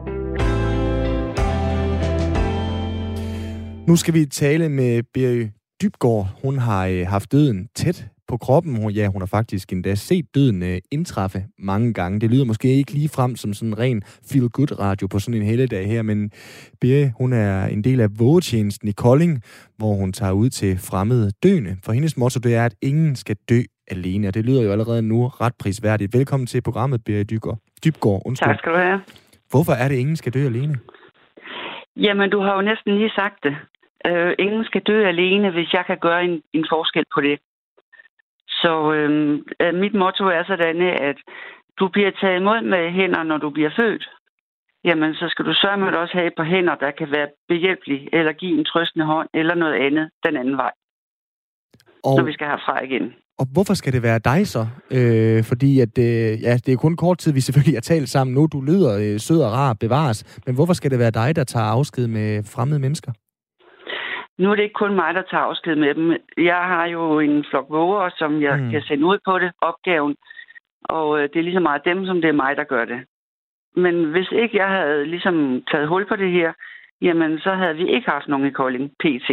Nu skal vi tale med Birger Dybgaard, hun har haft døden tæt på kroppen. Hun har faktisk endda set døden indtræffe mange gange. Det lyder måske ikke lige frem som sådan en ren feel-good-radio på sådan en helligdag her, men Birge, hun er en del af vågetjenesten i Kolding, hvor hun tager ud til fremmede døende. For hendes motto, det er, at ingen skal dø alene, og det lyder jo allerede nu ret prisværdigt. Velkommen til programmet, Birge Dybgaard. Tak skal du have. Hvorfor er det, ingen skal dø alene? Jamen, du har jo næsten lige sagt det. Ingen skal dø alene, hvis jeg kan gøre en forskel på det. Så mit motto er sådan, at du bliver taget imod med hænder, når du bliver født. Jamen, så skal du sørge med at også have et par hænder, der kan være behjælpelige, eller give en trøstende hånd, eller noget andet den anden vej, når vi skal herfra igen. Og hvorfor skal det være dig så? Fordi at, det er kun kort tid, vi selvfølgelig har talt sammen nu. Du lyder sød og rar, bevares. Men hvorfor skal det være dig, der tager afsked med fremmede mennesker? Nu er det ikke kun mig, der tager afsked med dem. Jeg har jo en flok våger, som jeg kan sende ud på det, opgaven. Og det er lige så meget dem, som det er mig, der gør det. Men hvis ikke jeg havde ligesom taget hul på det her, jamen så havde vi ikke haft nogen i Kolding, PT.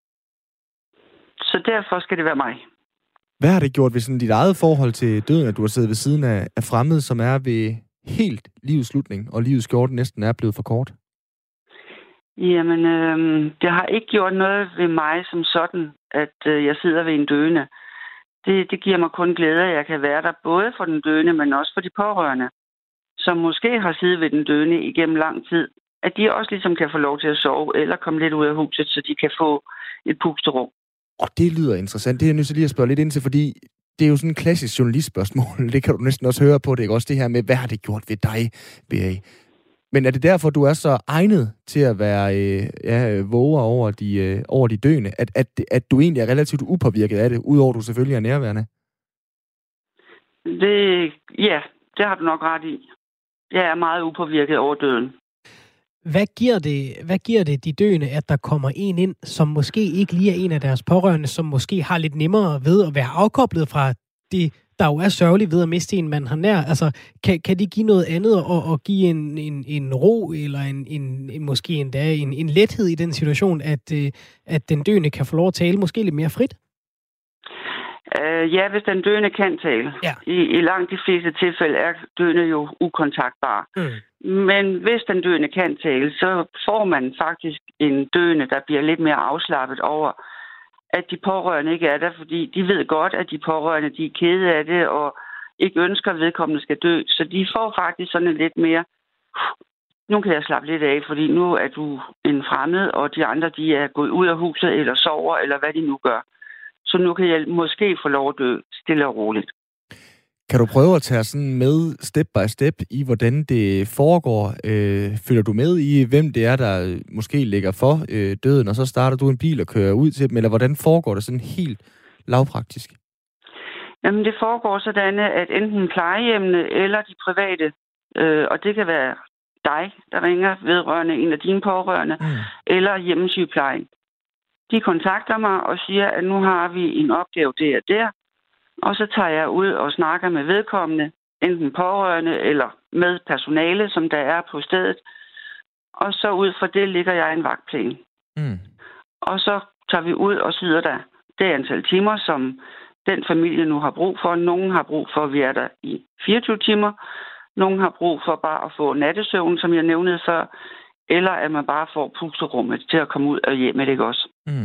Så derfor skal det være mig. Hvad har det gjort ved sådan dit eget forhold til døden, at du har siddet ved siden af fremmede, som er ved helt livets slutning, og livets skjorte næsten er blevet for kort? Jamen, det har ikke gjort noget ved mig som sådan, at jeg sidder ved en døende. Det giver mig kun glæde, at jeg kan være der, både for den døende, men også for de pårørende, som måske har siddet ved den døende igennem lang tid. At de også ligesom kan få lov til at sove, eller komme lidt ud af huset, så de kan få et pusterum. Og det lyder interessant. Det er jeg nødt til lige at spørge lidt ind til, fordi det er jo sådan en klassisk journalistspørgsmål. Det kan du næsten også høre på det, ikke? Også det her med, hvad har det gjort ved dig, Birge? Men er det derfor, du er så egnet til at være våger over de døende, at du egentlig er relativt upåvirket af det, udover at du selvfølgelig er nærværende? Det har du nok ret i. Jeg er meget upåvirket over døden. Hvad giver det de døende, at der kommer en ind, som måske ikke lige er en af deres pårørende, som måske har lidt nemmere ved at være afkoblet fra det, der jo er sørgeligt ved at miste en, man har nær? Altså, kan de give noget andet og give en ro, eller måske endda en lethed i den situation, at den døende kan få lov at tale måske lidt mere frit? Ja, hvis den døende kan tale. Ja. I langt de fleste tilfælde er døende jo ukontaktbare. Men hvis den døende kan tale, så får man faktisk en døende, der bliver lidt mere afslappet over, at de pårørende ikke er der, fordi de ved godt, at de pårørende de er kede af det, og ikke ønsker, at vedkommende skal dø. Så de får faktisk sådan lidt mere, nu kan jeg slappe lidt af, fordi nu er du en fremmed, og de andre de er gået ud af huset, eller sover, eller hvad de nu gør. Så nu kan jeg måske få lov at dø stille og roligt. Kan du prøve at tage sådan med step by step i, hvordan det foregår? Følger du med i, hvem det er, der måske ligger for døden, og så starter du en bil og kører ud til dem? Eller hvordan foregår det sådan helt lavpraktisk? Jamen, det foregår sådan, at enten plejehjemmene eller de private, og det kan være dig, der ringer vedrørende en af dine pårørende, eller hjemmesygeplejen. De kontakter mig og siger, at nu har vi en opgave der. Og så tager jeg ud og snakker med vedkommende, enten pårørende eller med personale, som der er på stedet. Og så ud fra det ligger jeg en vagtplan. Og så tager vi ud og sidder der det antal timer, som den familie nu har brug for. Nogen har brug for, at vi er der i 24 timer. Nogen har brug for bare at få nattesøvn, som jeg nævnede før. Eller at man bare får pusterummet til at komme ud og hjem, ikke også?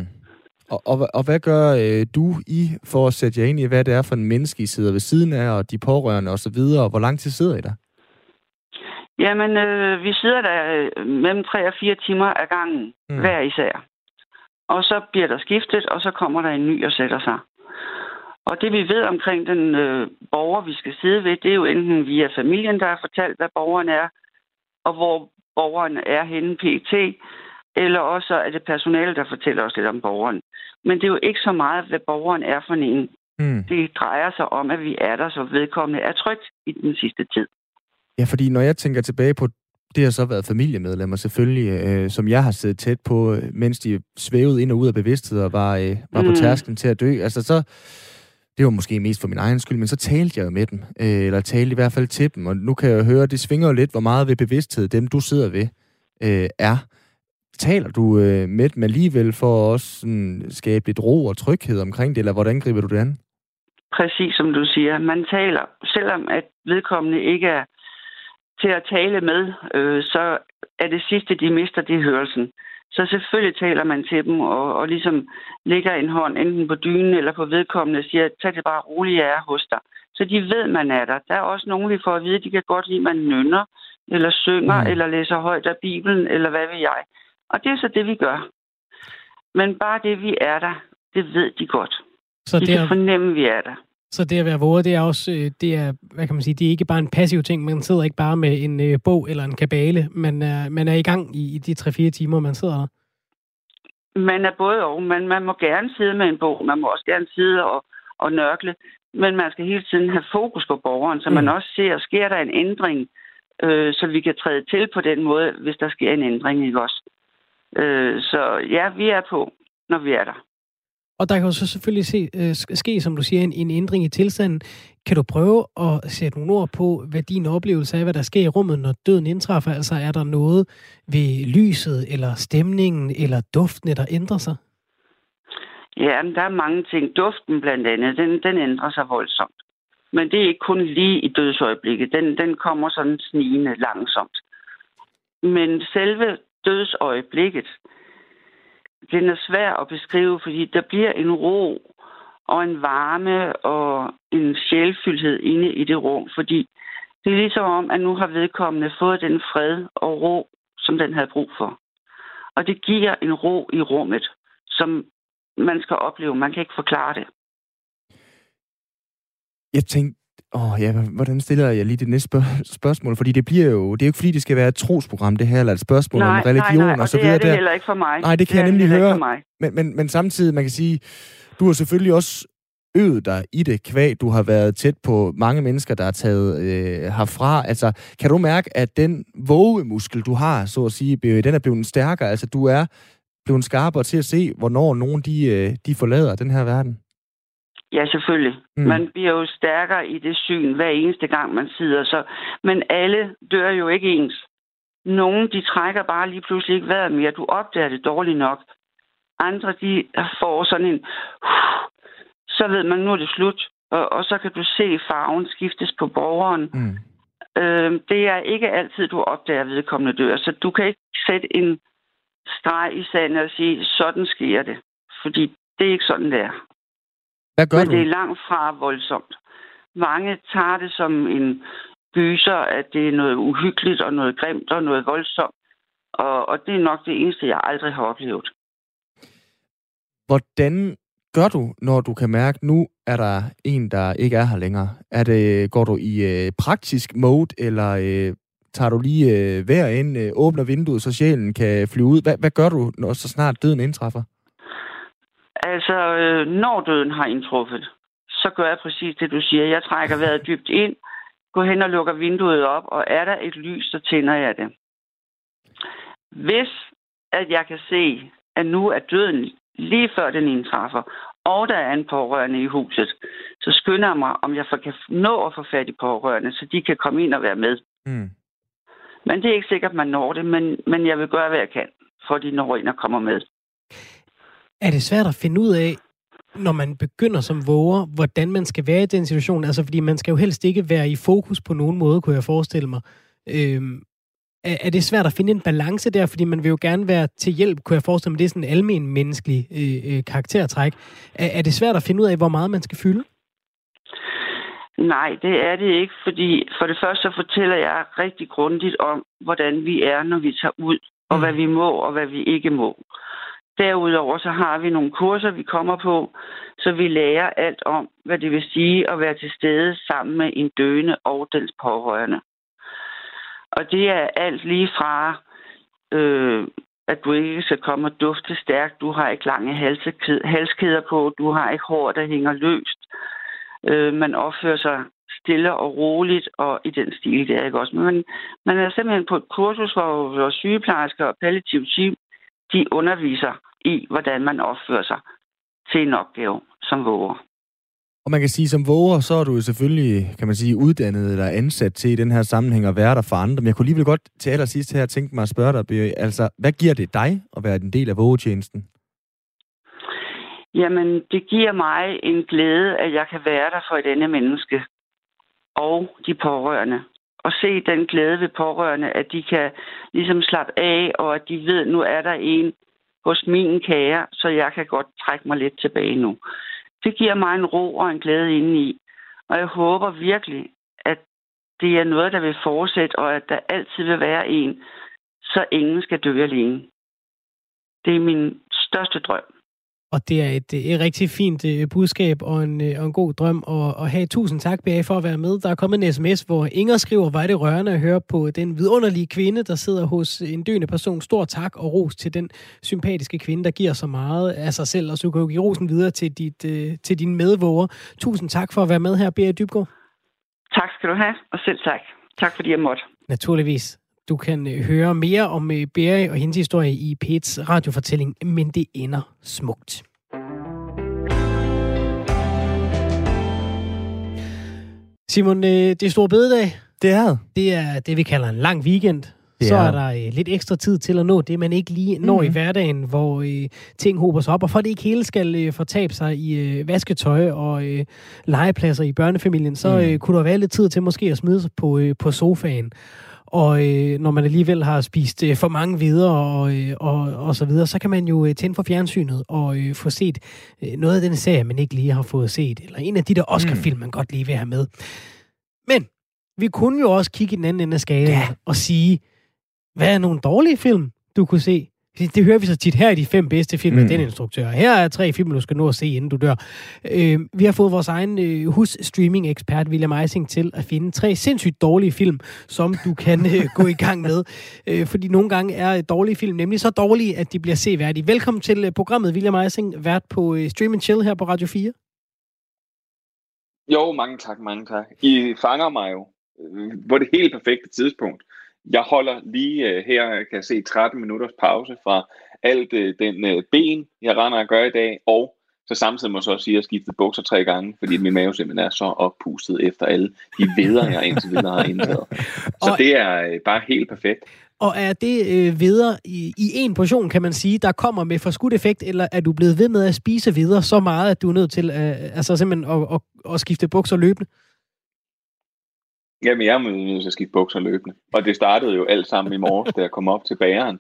Og hvad gør du for at sætte jer ind i, hvad det er for en menneske, I sidder ved siden af, og de pårørende og så videre, og hvor lang tid sidder I der? Jamen, vi sidder der mellem 3 og 4 timer ad gangen, hver især. Og så bliver der skiftet, og så kommer der en ny og sætter sig. Og det vi ved omkring den borger, vi skal sidde ved, det er jo enten via familien, der har fortalt, hvad borgeren er, og hvor borgeren er henne PT, eller også er det personale, der fortæller os lidt om borgeren. Men det er jo ikke så meget, hvad borgeren er for en. Det drejer sig om, at vi er der, så vedkommende er trygt i den sidste tid. Ja, fordi når jeg tænker tilbage på, det har så været familiemedlemmer selvfølgelig, som jeg har siddet tæt på, mens de svævede ind og ud af bevidsthed og var på tærsklen til at dø. Altså så, det var måske mest for min egen skyld, men så talte jeg jo med dem, eller talte i hvert fald til dem, og nu kan jeg høre, det svinger jo lidt, hvor meget ved bevidsthed dem, du sidder ved, er. taler du med dem alligevel for at også sådan, skabe lidt ro og tryghed omkring det, eller hvordan griber du det an? Præcis som du siger. Man taler, selvom at vedkommende ikke er til at tale med, så er det sidste, de mister, det hørelsen. Så selvfølgelig taler man til dem og ligesom lægger en hånd enten på dynen eller på vedkommende og siger, tag det bare roligt, jeg er hos dig. Så de ved, man er der. Der er også nogen, vi får at vide, de kan godt lide, man nynner, eller synger, eller læser højt af Bibelen, eller hvad ved jeg. Og det er så det, vi gør. Men bare det, vi er der, det ved de godt. Så de kan fornemme, vi er der. Så det at være våger, det er også, det er, hvad kan man sige, det er ikke bare en passiv ting. Man sidder ikke bare med en bog eller en kabale. Man er i gang i de 3-4 timer, man sidder der. Man er både og. Man må gerne sidde med en bog. Man må også gerne sidde og nørkle. Men man skal hele tiden have fokus på borgeren, så man også ser, sker der en ændring, så vi kan træde til på den måde, hvis der sker en ændring, ikke også? Så ja, vi er på, når vi er der. Og der kan jo så selvfølgelig ske, som du siger, en ændring i tilstanden. Kan du prøve at sætte nogle ord på, hvad din oplevelse er, hvad der sker i rummet, når døden indtræffer? Altså er der noget ved lyset, eller stemningen, eller duftene, der ændrer sig? Ja, der er mange ting. Duften blandt andet, den ændrer sig voldsomt. Men det er ikke kun lige i dødsøjeblikket. Den kommer sådan snigende langsomt. Men selve dødsøjeblikket, den er svær at beskrive, fordi der bliver en ro og en varme og en sjælfyldthed inde i det rum. Fordi det er ligesom om, at nu har vedkommende fået den fred og ro, som den havde brug for. Og det giver en ro i rummet, som man skal opleve. Man kan ikke forklare det. Jeg tænkte, hvordan stiller jeg lige det næste spørgsmål? Fordi det er jo ikke fordi, det skal være et trosprogram, det her, eller et spørgsmål om religion og så videre. Nej, det er det heller ikke for mig. Nej, det kan jeg nemlig høre. Men samtidig, man kan sige, du har selvfølgelig også øvet dig i det kvæg. Du har været tæt på mange mennesker, der er taget herfra. Altså, kan du mærke, at den vågemuskel, du har, så at sige, den er blevet stærkere? Altså, du er blevet skarpere til at se, hvornår nogen de forlader den her verden? Ja, selvfølgelig. Man bliver jo stærkere i det syn, hver eneste gang man sidder. Så. Men alle dør jo ikke ens. Nogle, de trækker bare lige pludselig ikke vejret mere. Du opdager det dårligt nok. Andre, de får sådan en... Så ved man, nu er det slut. Og så kan du se farven skiftes på borgeren. Det er ikke altid, du opdager vedkommende dør. Så du kan ikke sætte en streg i sandet og sige, sådan sker det. Fordi det er ikke sådan, det er. Hvad gør Men du? det er langt fra voldsomt. Mange tager det som en gyser, at det er noget uhyggeligt og noget grimt og noget voldsomt. Og det er nok det eneste, jeg aldrig har oplevet. Hvordan gør du, når du kan mærke, nu er der en, der ikke er her længere? Går du i praktisk mode, eller tager du lige vejr ind, åbner vinduet, så sjælen kan flyve ud? Hvad gør du, når så snart døden indtræffer? Altså, når døden har indtruffet, så gør jeg præcis det, du siger. Jeg trækker vejret dybt ind, går hen og lukker vinduet op, og er der et lys, så tænder jeg det. Hvis at jeg kan se, at nu er døden lige før den indtræffer, og der er en pårørende i huset, så skynder jeg mig, om jeg kan nå at få fat i pårørende, så de kan komme ind og være med. Men det er ikke sikkert, man når det, men jeg vil gøre, hvad jeg kan, for de når ind og kommer med. Er det svært at finde ud af, når man begynder som våger, hvordan man skal være i den situation? Altså, fordi man skal jo helst ikke være i fokus på nogen måde, kunne jeg forestille mig. Er det svært at finde en balance der? Fordi man vil jo gerne være til hjælp, kunne jeg forestille mig. Det er sådan en almen menneskelig karaktertræk. Er det svært at finde ud af, hvor meget man skal fylde? Nej, det er det ikke, fordi for det første så fortæller jeg rigtig grundigt om, hvordan vi er, når vi tager ud, og hvad vi må, og hvad vi ikke må. Derudover så har vi nogle kurser, vi kommer på, så vi lærer alt om, hvad det vil sige at være til stede sammen med en døende og dens pårørende. Og det er alt lige fra, at du ikke skal komme og dufte stærkt, du har ikke lange halskæder på, du har ikke hår, der hænger løst. Man opfører sig stille og roligt, og i den stil der, ikke også? Men man er simpelthen på et kursus, hvor sygeplejersker og palliativ team, de underviser i, hvordan man opfører sig til en opgave som våger. Og man kan sige, som våger, så er du jo selvfølgelig, kan man sige, uddannet eller ansat til i den her sammenhæng at være der for andre. Men jeg kunne alligevel godt til allersidst her tænke mig at spørge dig, Berit, altså, hvad giver det dig at være en del af vågetjenesten? Jamen, det giver mig en glæde, at jeg kan være der for et andet menneske og de pårørende. Og se den glæde ved pårørende, at de kan ligesom slappe af, og at de ved, at nu er der en hos min kære, så jeg kan godt trække mig lidt tilbage nu. Det giver mig en ro og en glæde indeni. Og jeg håber virkelig, at det er noget, der vil fortsætte, og at der altid vil være en, så ingen skal dø alene. Det er min største drøm. Og det er et rigtig fint budskab og en god drøm at have. Tusind tak, BA, for at være med. Der er kommet en sms, hvor Inger skriver, var det rørende at høre på den vidunderlige kvinde, der sidder hos en døende person. Stor tak og ros til den sympatiske kvinde, der giver så meget af sig selv. Og så kan du give rosen videre til dine medvåger. Tusind tak for at være med her, BA Dybgaard. Tak skal du have, og selv tak. Tak fordi jeg måtte. Naturligvis. Du kan høre mere om Berit og hendes historie i P1's radiofortælling, men det ender smukt. Simon, det er Store Bededag. Det er det. Er det, vi kalder en lang weekend. Så er der lidt ekstra tid til at nå det, man ikke lige når i hverdagen, hvor ting hober sig op. Og for det ikke hele skal fortabe sig i vasketøj og legepladser i børnefamilien, så kunne der være lidt tid til måske at smide sig på sofaen. Og når man alligevel har spist for mange videre og så videre, så kan man jo tænde for fjernsynet og få set noget af den serie, man ikke lige har fået set. Eller en af de der Oscar-film, man godt lige vil have med. Men vi kunne jo også kigge i den anden ende af skalaen og sige, hvad er nogle dårlige film, du kunne se? Det hører vi så tit. Her er de 5 bedste film af den instruktør. Her er 3 film, du skal nå at se, inden du dør. Vi har fået vores egen hus-streaming-ekspert, William Eising, til at finde 3 sindssygt dårlige film, som du kan gå i gang med. Fordi nogle gange er dårlige film nemlig så dårlige, at de bliver seværdige. Velkommen til programmet, William Eising, vært på Stream & Chill her på Radio 4. Jo, mange tak. I fanger mig jo på det helt perfekte tidspunkt. Jeg holder lige her, kan jeg se 13 minutters pause fra alt den ben, jeg render og gør i dag, og så samtidig må jeg så også sige, at jeg skiftet bukser 3 gange, fordi min mave simpelthen er så oppustet efter alle de veder, jeg indtil videre har indtaget. Så det er bare helt perfekt. Og er det videre i en portion, kan man sige, der kommer med forskudt effekt, eller er du blevet ved med at spise videre så meget, at du er nødt til altså simpelthen at skifte bukser løbende? Jamen, jeg er nødt til at skifte bukser løbende. Og det startede jo alt sammen i morges, da jeg kom op til bageren.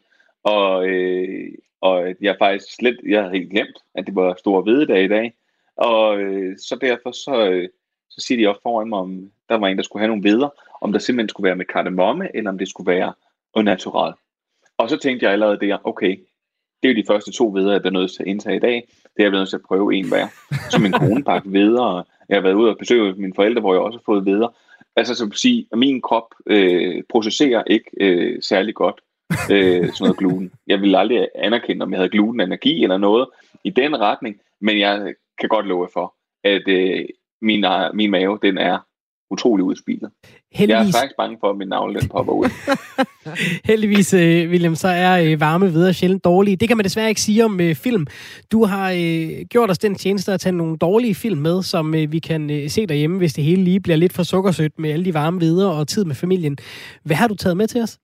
Og jeg faktisk jeg havde helt glemt, at det var Store Bededag i dag. Og så derfor så siger de også foran mig, om der var en, der skulle have nogle veder, om der simpelthen skulle være med kardemomme, eller om det skulle være au naturel. Og så tænkte jeg allerede der, okay, det er jo de første 2 veder, jeg bliver nødt til at indtage i dag. Det er jeg blevet nødt til at prøve en hver. Så min kone pakke veder, og jeg har været ude og besøge mine forældre, hvor jeg også har fået veder. Altså så at sige, at min krop processerer ikke særlig godt sådan noget gluten. Jeg ville aldrig anerkende, om jeg havde glutenallergi eller noget i den retning, men jeg kan godt love for, at min mave, den er utrolig udspillet. Jeg er faktisk bange for, at min navle den popper ud. Heldigvis, William, så er varme videre sjældent dårlige. Det kan man desværre ikke sige om film. Du har gjort os den tjeneste at tage nogle dårlige film med, som vi kan se derhjemme, hvis det hele lige bliver lidt for sukkersødt med alle de varme videre og tid med familien. Hvad har du taget med til os?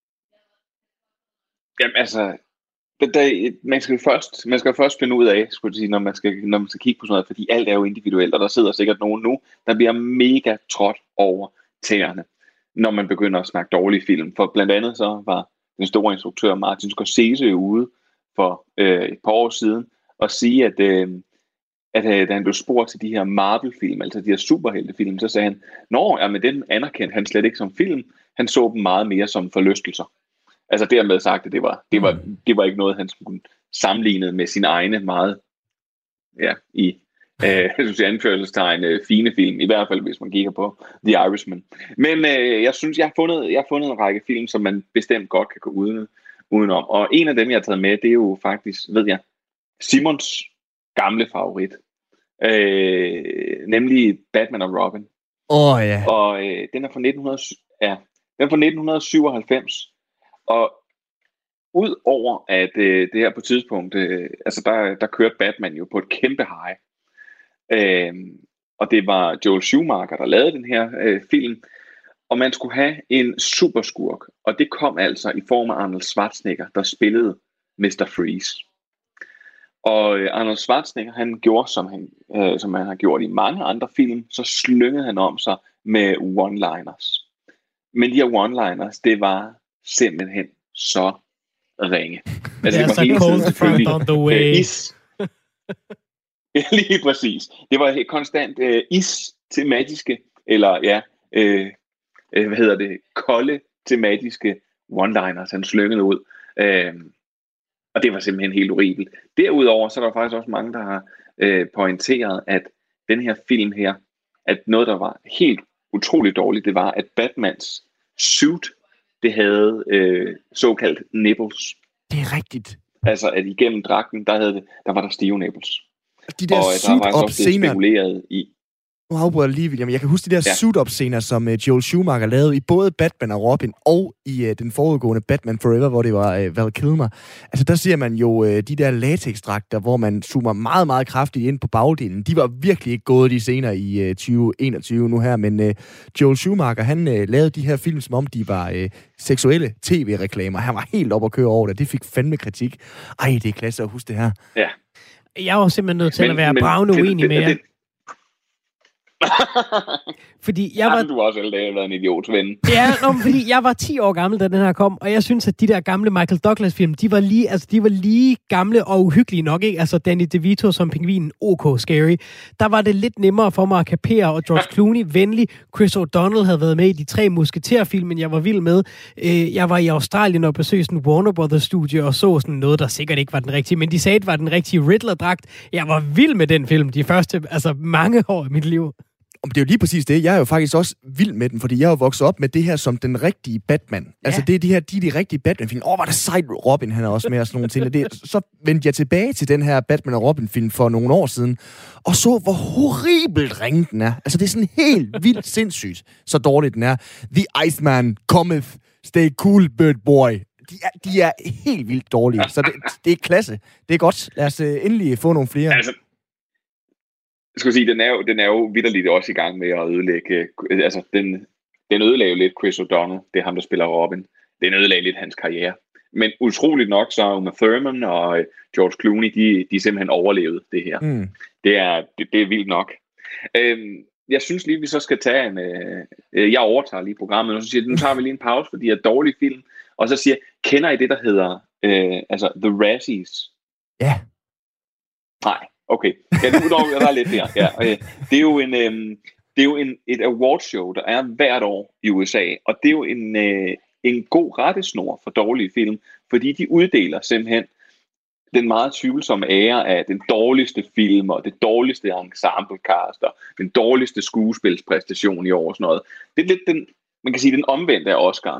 Jamen altså, man skal jo først finde ud af, skulle jeg sige, når man skal kigge på sådan noget, fordi alt er jo individuelt, og der sidder sikkert nogen nu, der bliver mega trådt over tæerne, når man begynder at snakke dårlige film. For blandt andet så var den store instruktør Martin Scorsese ude for et par år siden og sige, at da han blev spurgt til de her Marvel-film, altså de her superheltefilm, så sagde han, men den anerkendte han slet ikke som film, han så dem meget mere som forlystelser. Altså dermed sagt, at det var ikke noget, han skulle sammenligne med sin egne meget, anførselstegn fine film, i hvert fald hvis man kigger på The Irishman. Men jeg synes, jeg har fundet en række film, som man bestemt godt kan gå udenom. Og en af dem, jeg har taget med, det er jo faktisk, Simons gamle favorit. Nemlig Batman og Robin. Ja. Og den er fra 1997. Og ud over at det her på tidspunkt, der kørte Batman jo på et kæmpe high. og det var Joel Schumacher, der lavede den her film, og man skulle have en superskurk, og det kom altså i form af Arnold Schwarzenegger, der spillede Mr. Freeze. Og Arnold Schwarzenegger, han gjorde, som han har gjort i mange andre film, så slyngede han om sig med one-liners. Men de her one-liners, det var simpelthen så ringe. Altså, det var hele tiden selvfølgelig on the way. Is. Lige præcis. Det var konstant is-tematiske, eller kolde tematiske one-liners, han slyngede ud. Og det var simpelthen helt horribelt. Derudover, så er der faktisk også mange, der har pointeret, at den her film her, at noget, der var helt utroligt dårligt, det var, at Batmans suit, det havde såkaldt nipples. Det er rigtigt. Altså, at igennem dragten, der var der stive nipples. De der suit-up-scener, spekuleret i. Nu afbryder jeg lige, William. Jeg kan huske de der suit-up-scener, som Joel Schumacher lavede i både Batman og Robin, og i den foregående Batman Forever, hvor det var Val Kilmer. Altså, der ser man jo de der latexdragter, hvor man zoomer meget, meget kraftigt ind på bagdelen. De var virkelig ikke gået de scener i 2021 nu her, men Joel Schumacher, han lavede de her film, som om de var seksuelle tv-reklamer. Han var helt oppe at køre over det. Det fik fandme kritik. Ej, det er klasse at huske det her. Ja. Jeg var simpelthen nødt til at være bravende uenig med jer. Fordi jeg var... Du også alle dage været en idiot, ven. Ja, fordi jeg var 10 år gammel, da den her kom, og jeg synes, at de der gamle Michael Douglas-film, de var lige gamle og uhyggelige nok, ikke? Altså Danny DeVito som pingvinen, OK Scary. Der var det lidt nemmere for mig at kapere, og George Clooney, venlig. Chris O'Donnell havde været med i de 3 musketerfilmen, jeg var vild med. Jeg var i Australien og besøgte sådan Warner Brothers studie og så sådan noget, der sikkert ikke var den rigtige, men de sagde, det var den rigtige Riddler-dragt. Jeg var vild med den film de første, mange år i mit liv. Det er jo lige præcis det. Jeg er jo faktisk også vild med den, fordi jeg er jo vokset op med det her som den rigtige Batman. Ja. Altså, det er de rigtige Batman-film. Var det sejt, Robin, han er også med og sådan nogle ting. Så vendte jeg tilbage til den her Batman og Robin-film for nogle år siden, og så, hvor horribelt ringe den er. Altså, det er sådan helt vildt sindssygt, så dårligt den er. The Iceman cometh. Stay cool, bird boy. De er helt vildt dårlige, så det er klasse. Det er godt. Lad os endelig få nogle flere. Altså, jeg skal sige, den er jo vitterligt også i gang med at ødelægge, altså den ødelagde jo lidt Chris O'Donnell, det er ham, der spiller Robin. Den ødelagde lidt hans karriere. Men utroligt nok, så Uma Thurman og George Clooney, de simpelthen overlevede det her. Mm. Det er vildt nok. Jeg synes lige, vi så skal tage jeg overtager lige programmet, og så siger jeg, nu tager vi lige en pause for de her dårlige film, og så siger kender I det, der hedder The Razzies? Ja. Nej. Okay, ja, nu er der lidt der. Ja. Det er jo et awardshow, der er hvert år i USA, og det er jo en god rettesnor for dårlige film, fordi de uddeler simpelthen den meget tvivlsomme ære af den dårligste film, og det dårligste ensemblecast, og den dårligste skuespilspræstation i år og sådan noget. Det er lidt man kan sige, den omvendte af Oscar'en.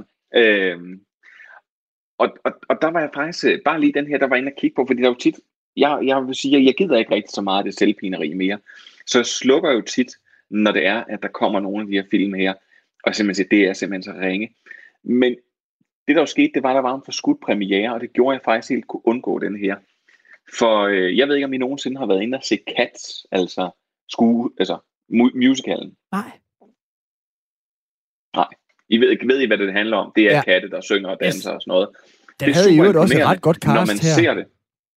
Og der var jeg faktisk bare lige den her, der var inde at kigge på, fordi der er jo tit, jeg vil sige, at jeg gider ikke rigtig så meget af det selvpineri mere. Så jeg slukker jo tit, når det er, at der kommer nogle af de her film her, og simpelthen siger, det er simpelthen så ringe. Men det, der jo skete, det var, at der var en forskudt premiere, og det gjorde jeg faktisk helt kunne undgå den her. For jeg ved ikke, om I nogensinde har været inde og se Cats, altså musicalen. Nej. Ved I, hvad det handler om? Det er katte, der synger og danser og sådan noget. Den havde I jo også et ret godt cast når man her. Ser det.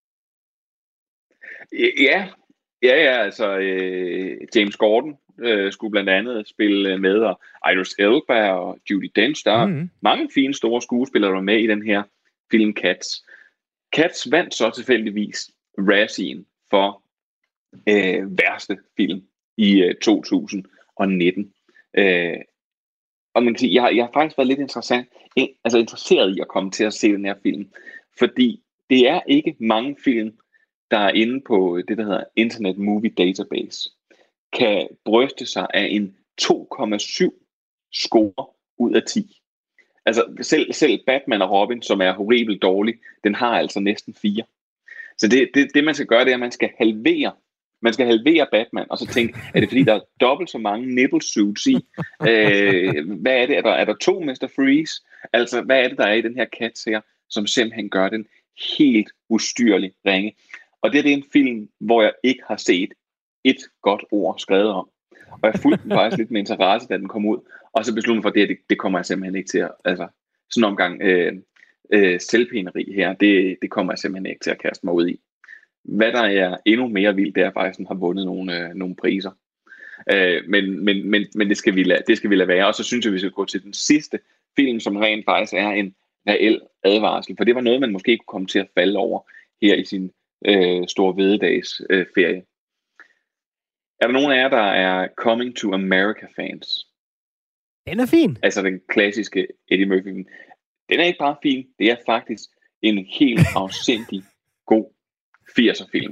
Ja, altså James Gordon skulle blandt andet spille med, og Idris Elba og Judi Dench. Der er mange fine store skuespillere, der var med i den her film Cats. Cats vandt så tilfældigvis Razzien for værste film i 2019. Og man kan sige, jeg har faktisk været lidt interesseret i at komme til at se den her film, fordi det er ikke mange film, der er inde på det, der hedder Internet Movie Database, kan bryste sig af en 2,7 score ud af 10. Altså selv Batman og Robin, som er horribelt dårlig, den har altså næsten 4. Så det man skal gøre, det er, at man skal halvere Batman, og så tænke, er det fordi, der er dobbelt så mange nipple suits i? Hvad er det? Er der 2 Mr. Freeze? Altså, hvad er det, der er i den her Cats her, som simpelthen gør den helt ustyrlig ringe? Og det er en film, hvor jeg ikke har set et godt ord skrevet om. Og jeg fulgte den faktisk lidt med interesse, da den kom ud. Og så besluttede mig for, at det kommer jeg simpelthen ikke til at... Altså, sådan en omgang selvpineri her, det kommer jeg simpelthen ikke til at kaste mig ud i. Hvad der er endnu mere vildt, det er faktisk, at den har vundet nogle priser. Men det skal vi lade være. Og så synes jeg, vi skal gå til den sidste film, som rent faktisk er en reel advarsel. For det var noget, man måske kunne komme til at falde over her i sin store vededags ferie. Er der nogen af jer, der er Coming to America-fans? Den er fin. Altså den klassiske Eddie Murphy-film. Den er ikke bare fin, det er faktisk en helt afsindig god 80'er-film.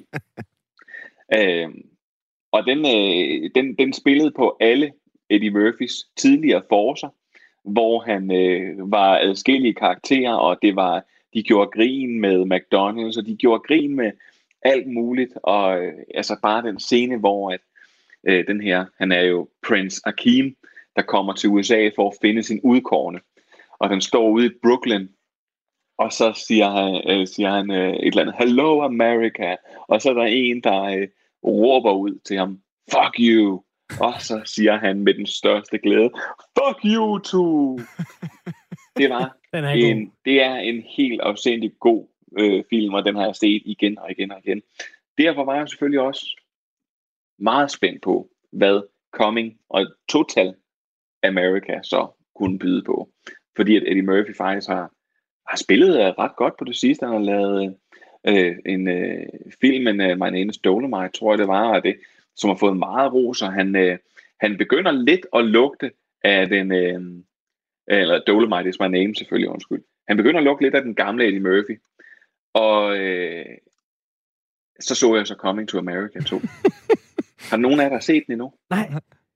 Og den spillede på alle Eddie Murphys tidligere forser, hvor han var adskillige karakterer, og de gjorde grin med McDonald's, og de gjorde grin med alt muligt, og altså bare den scene, hvor at, den her, han er jo Prince Akeem, der kommer til USA for at finde sin udkårne, og den står ude i Brooklyn, og så siger han et eller andet, Hello America, og så er der en, der råber ud til ham, Fuck you, og så siger han med den største glæde, Fuck you too. Det er en helt afsindig god film, og den har jeg set igen og igen og igen. Derfor var jeg selvfølgelig også meget spændt på, hvad Coming og Total America så kunne byde på. Fordi at Eddie Murphy faktisk har spillet ret godt på det sidste. Han har lavet en film med My Name is Dolomite, tror jeg det var, det, som har fået meget ros, og han begynder lidt at lugte af den, eller Dolomite is my name selvfølgelig, undskyld. Han begynder at lugte lidt af den gamle Eddie Murphy. Og så jeg så Coming to America 2. Har nogen af jer, der set den endnu? Nej.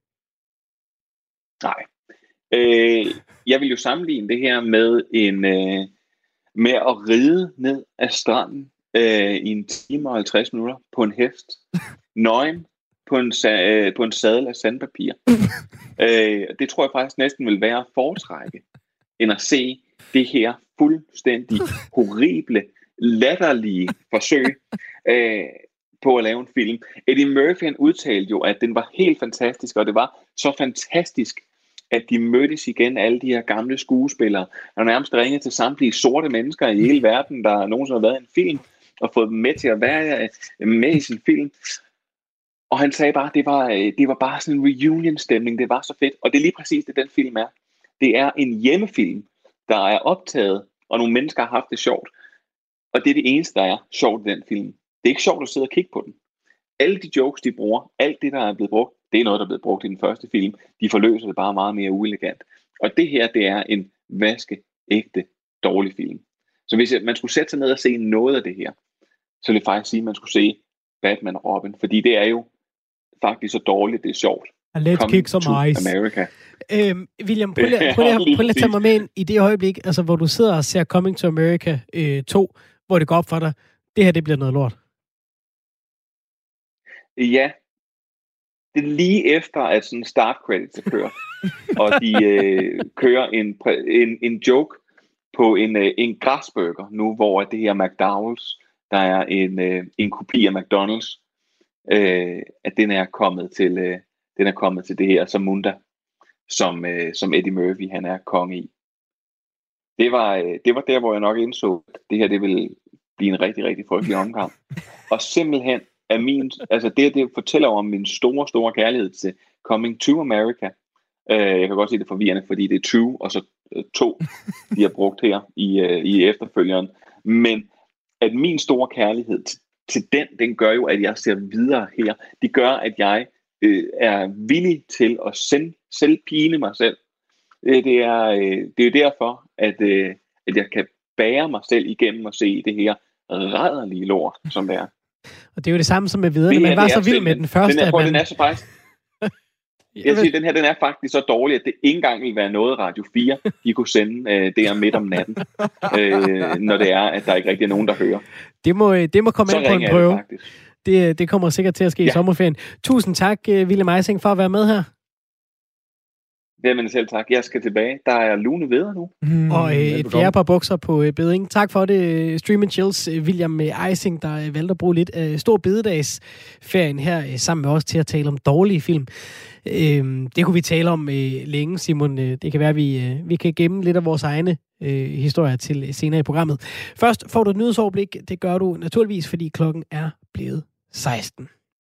Jeg vil jo sammenligne det her med med at ride ned af stranden i 1 time og 50 minutter på en hest, nøgen på en sadel af sandpapir. Det tror jeg faktisk næsten vil være at foretrække, end at se det her fuldstændig horrible, latterlige forsøg på at lave en film. Eddie Murphy han udtalte jo, at den var helt fantastisk, og det var så fantastisk, at de mødtes igen, alle de her gamle skuespillere. Han nærmest ringet til samtlige sorte mennesker i hele verden, der nogensinde har været i en film, og fået dem med til at være med i sin film. Og han sagde bare, det var bare sådan en reunion-stemning, det var så fedt. Og det er lige præcis det, den film er. Det er en hjemmefilm, der er optaget, og nogle mennesker har haft det sjovt. Og det er det eneste, der er sjovt i den film. Det er ikke sjovt at sidde og kigge på den. Alle de jokes, de bruger, alt det, der er blevet brugt, det er noget, der er blevet brugt i den første film. De forløser det bare meget mere uelegant. Og det her, det er en vaskeægte dårlig film. Så hvis man skulle sætte sig ned og se noget af det her, så vil jeg faktisk sige, at man skulle se Batman og Robin. Fordi det er jo faktisk så dårligt, det er sjovt. Let's kick some ice. America. William, prøv lige at tage mig med ind i det øjeblik, altså, hvor du sidder og ser Coming to America 2, hvor det går op for dig. Det her, det bliver noget lort. Ja. Det er lige efter, at sådan start credits er kørt, og de kører en joke på en græsburger nu, hvor det her McDowell's, der er en kopi af McDonald's, at den er kommet til det her Zamunda, som Eddie Murphy han er konge i. Det var der, hvor jeg nok indså, at det her det ville blive en rigtig, rigtig frygtelig omgang. Og simpelthen det fortæller om min store, store kærlighed til Coming to America. Jeg kan godt sige det forvirrende, fordi det er 20 og så 2, de har brugt her i efterfølgeren. Men at min store kærlighed til den gør jo, at jeg ser videre her. Det gør, at jeg er villig til at selv pine mig selv. Det er jo derfor, at jeg kan bære mig selv igennem og se det her rædderlige lort, som det er. Og det er jo det samme som med videre. Man var så vild med den første. Den er så faktisk... Jeg siger, den her den er faktisk så dårlig, at det ikke engang vil være noget Radio 4, de kunne sende der midt om natten, når det er, at der ikke rigtig er nogen, der hører. Det må komme ind på en prøve. Det kommer sikkert til at ske i sommerferien. Tusind tak, William Eising, for at være med her. Jamen selv tak. Jeg skal tilbage. Der er lune vejr nu. Og et fjerde par bukser på beding. Tak for det, Stream Chills, William Eising, der valgte at bruge lidt stor bededagsferien her sammen med os til at tale om dårlige film. Det kunne vi tale om længe, Simon. Det kan være, at vi kan gemme lidt af vores egne historier til senere i programmet. Først får du et nyhedsoverblik. Det gør du naturligvis, fordi klokken er blevet 16.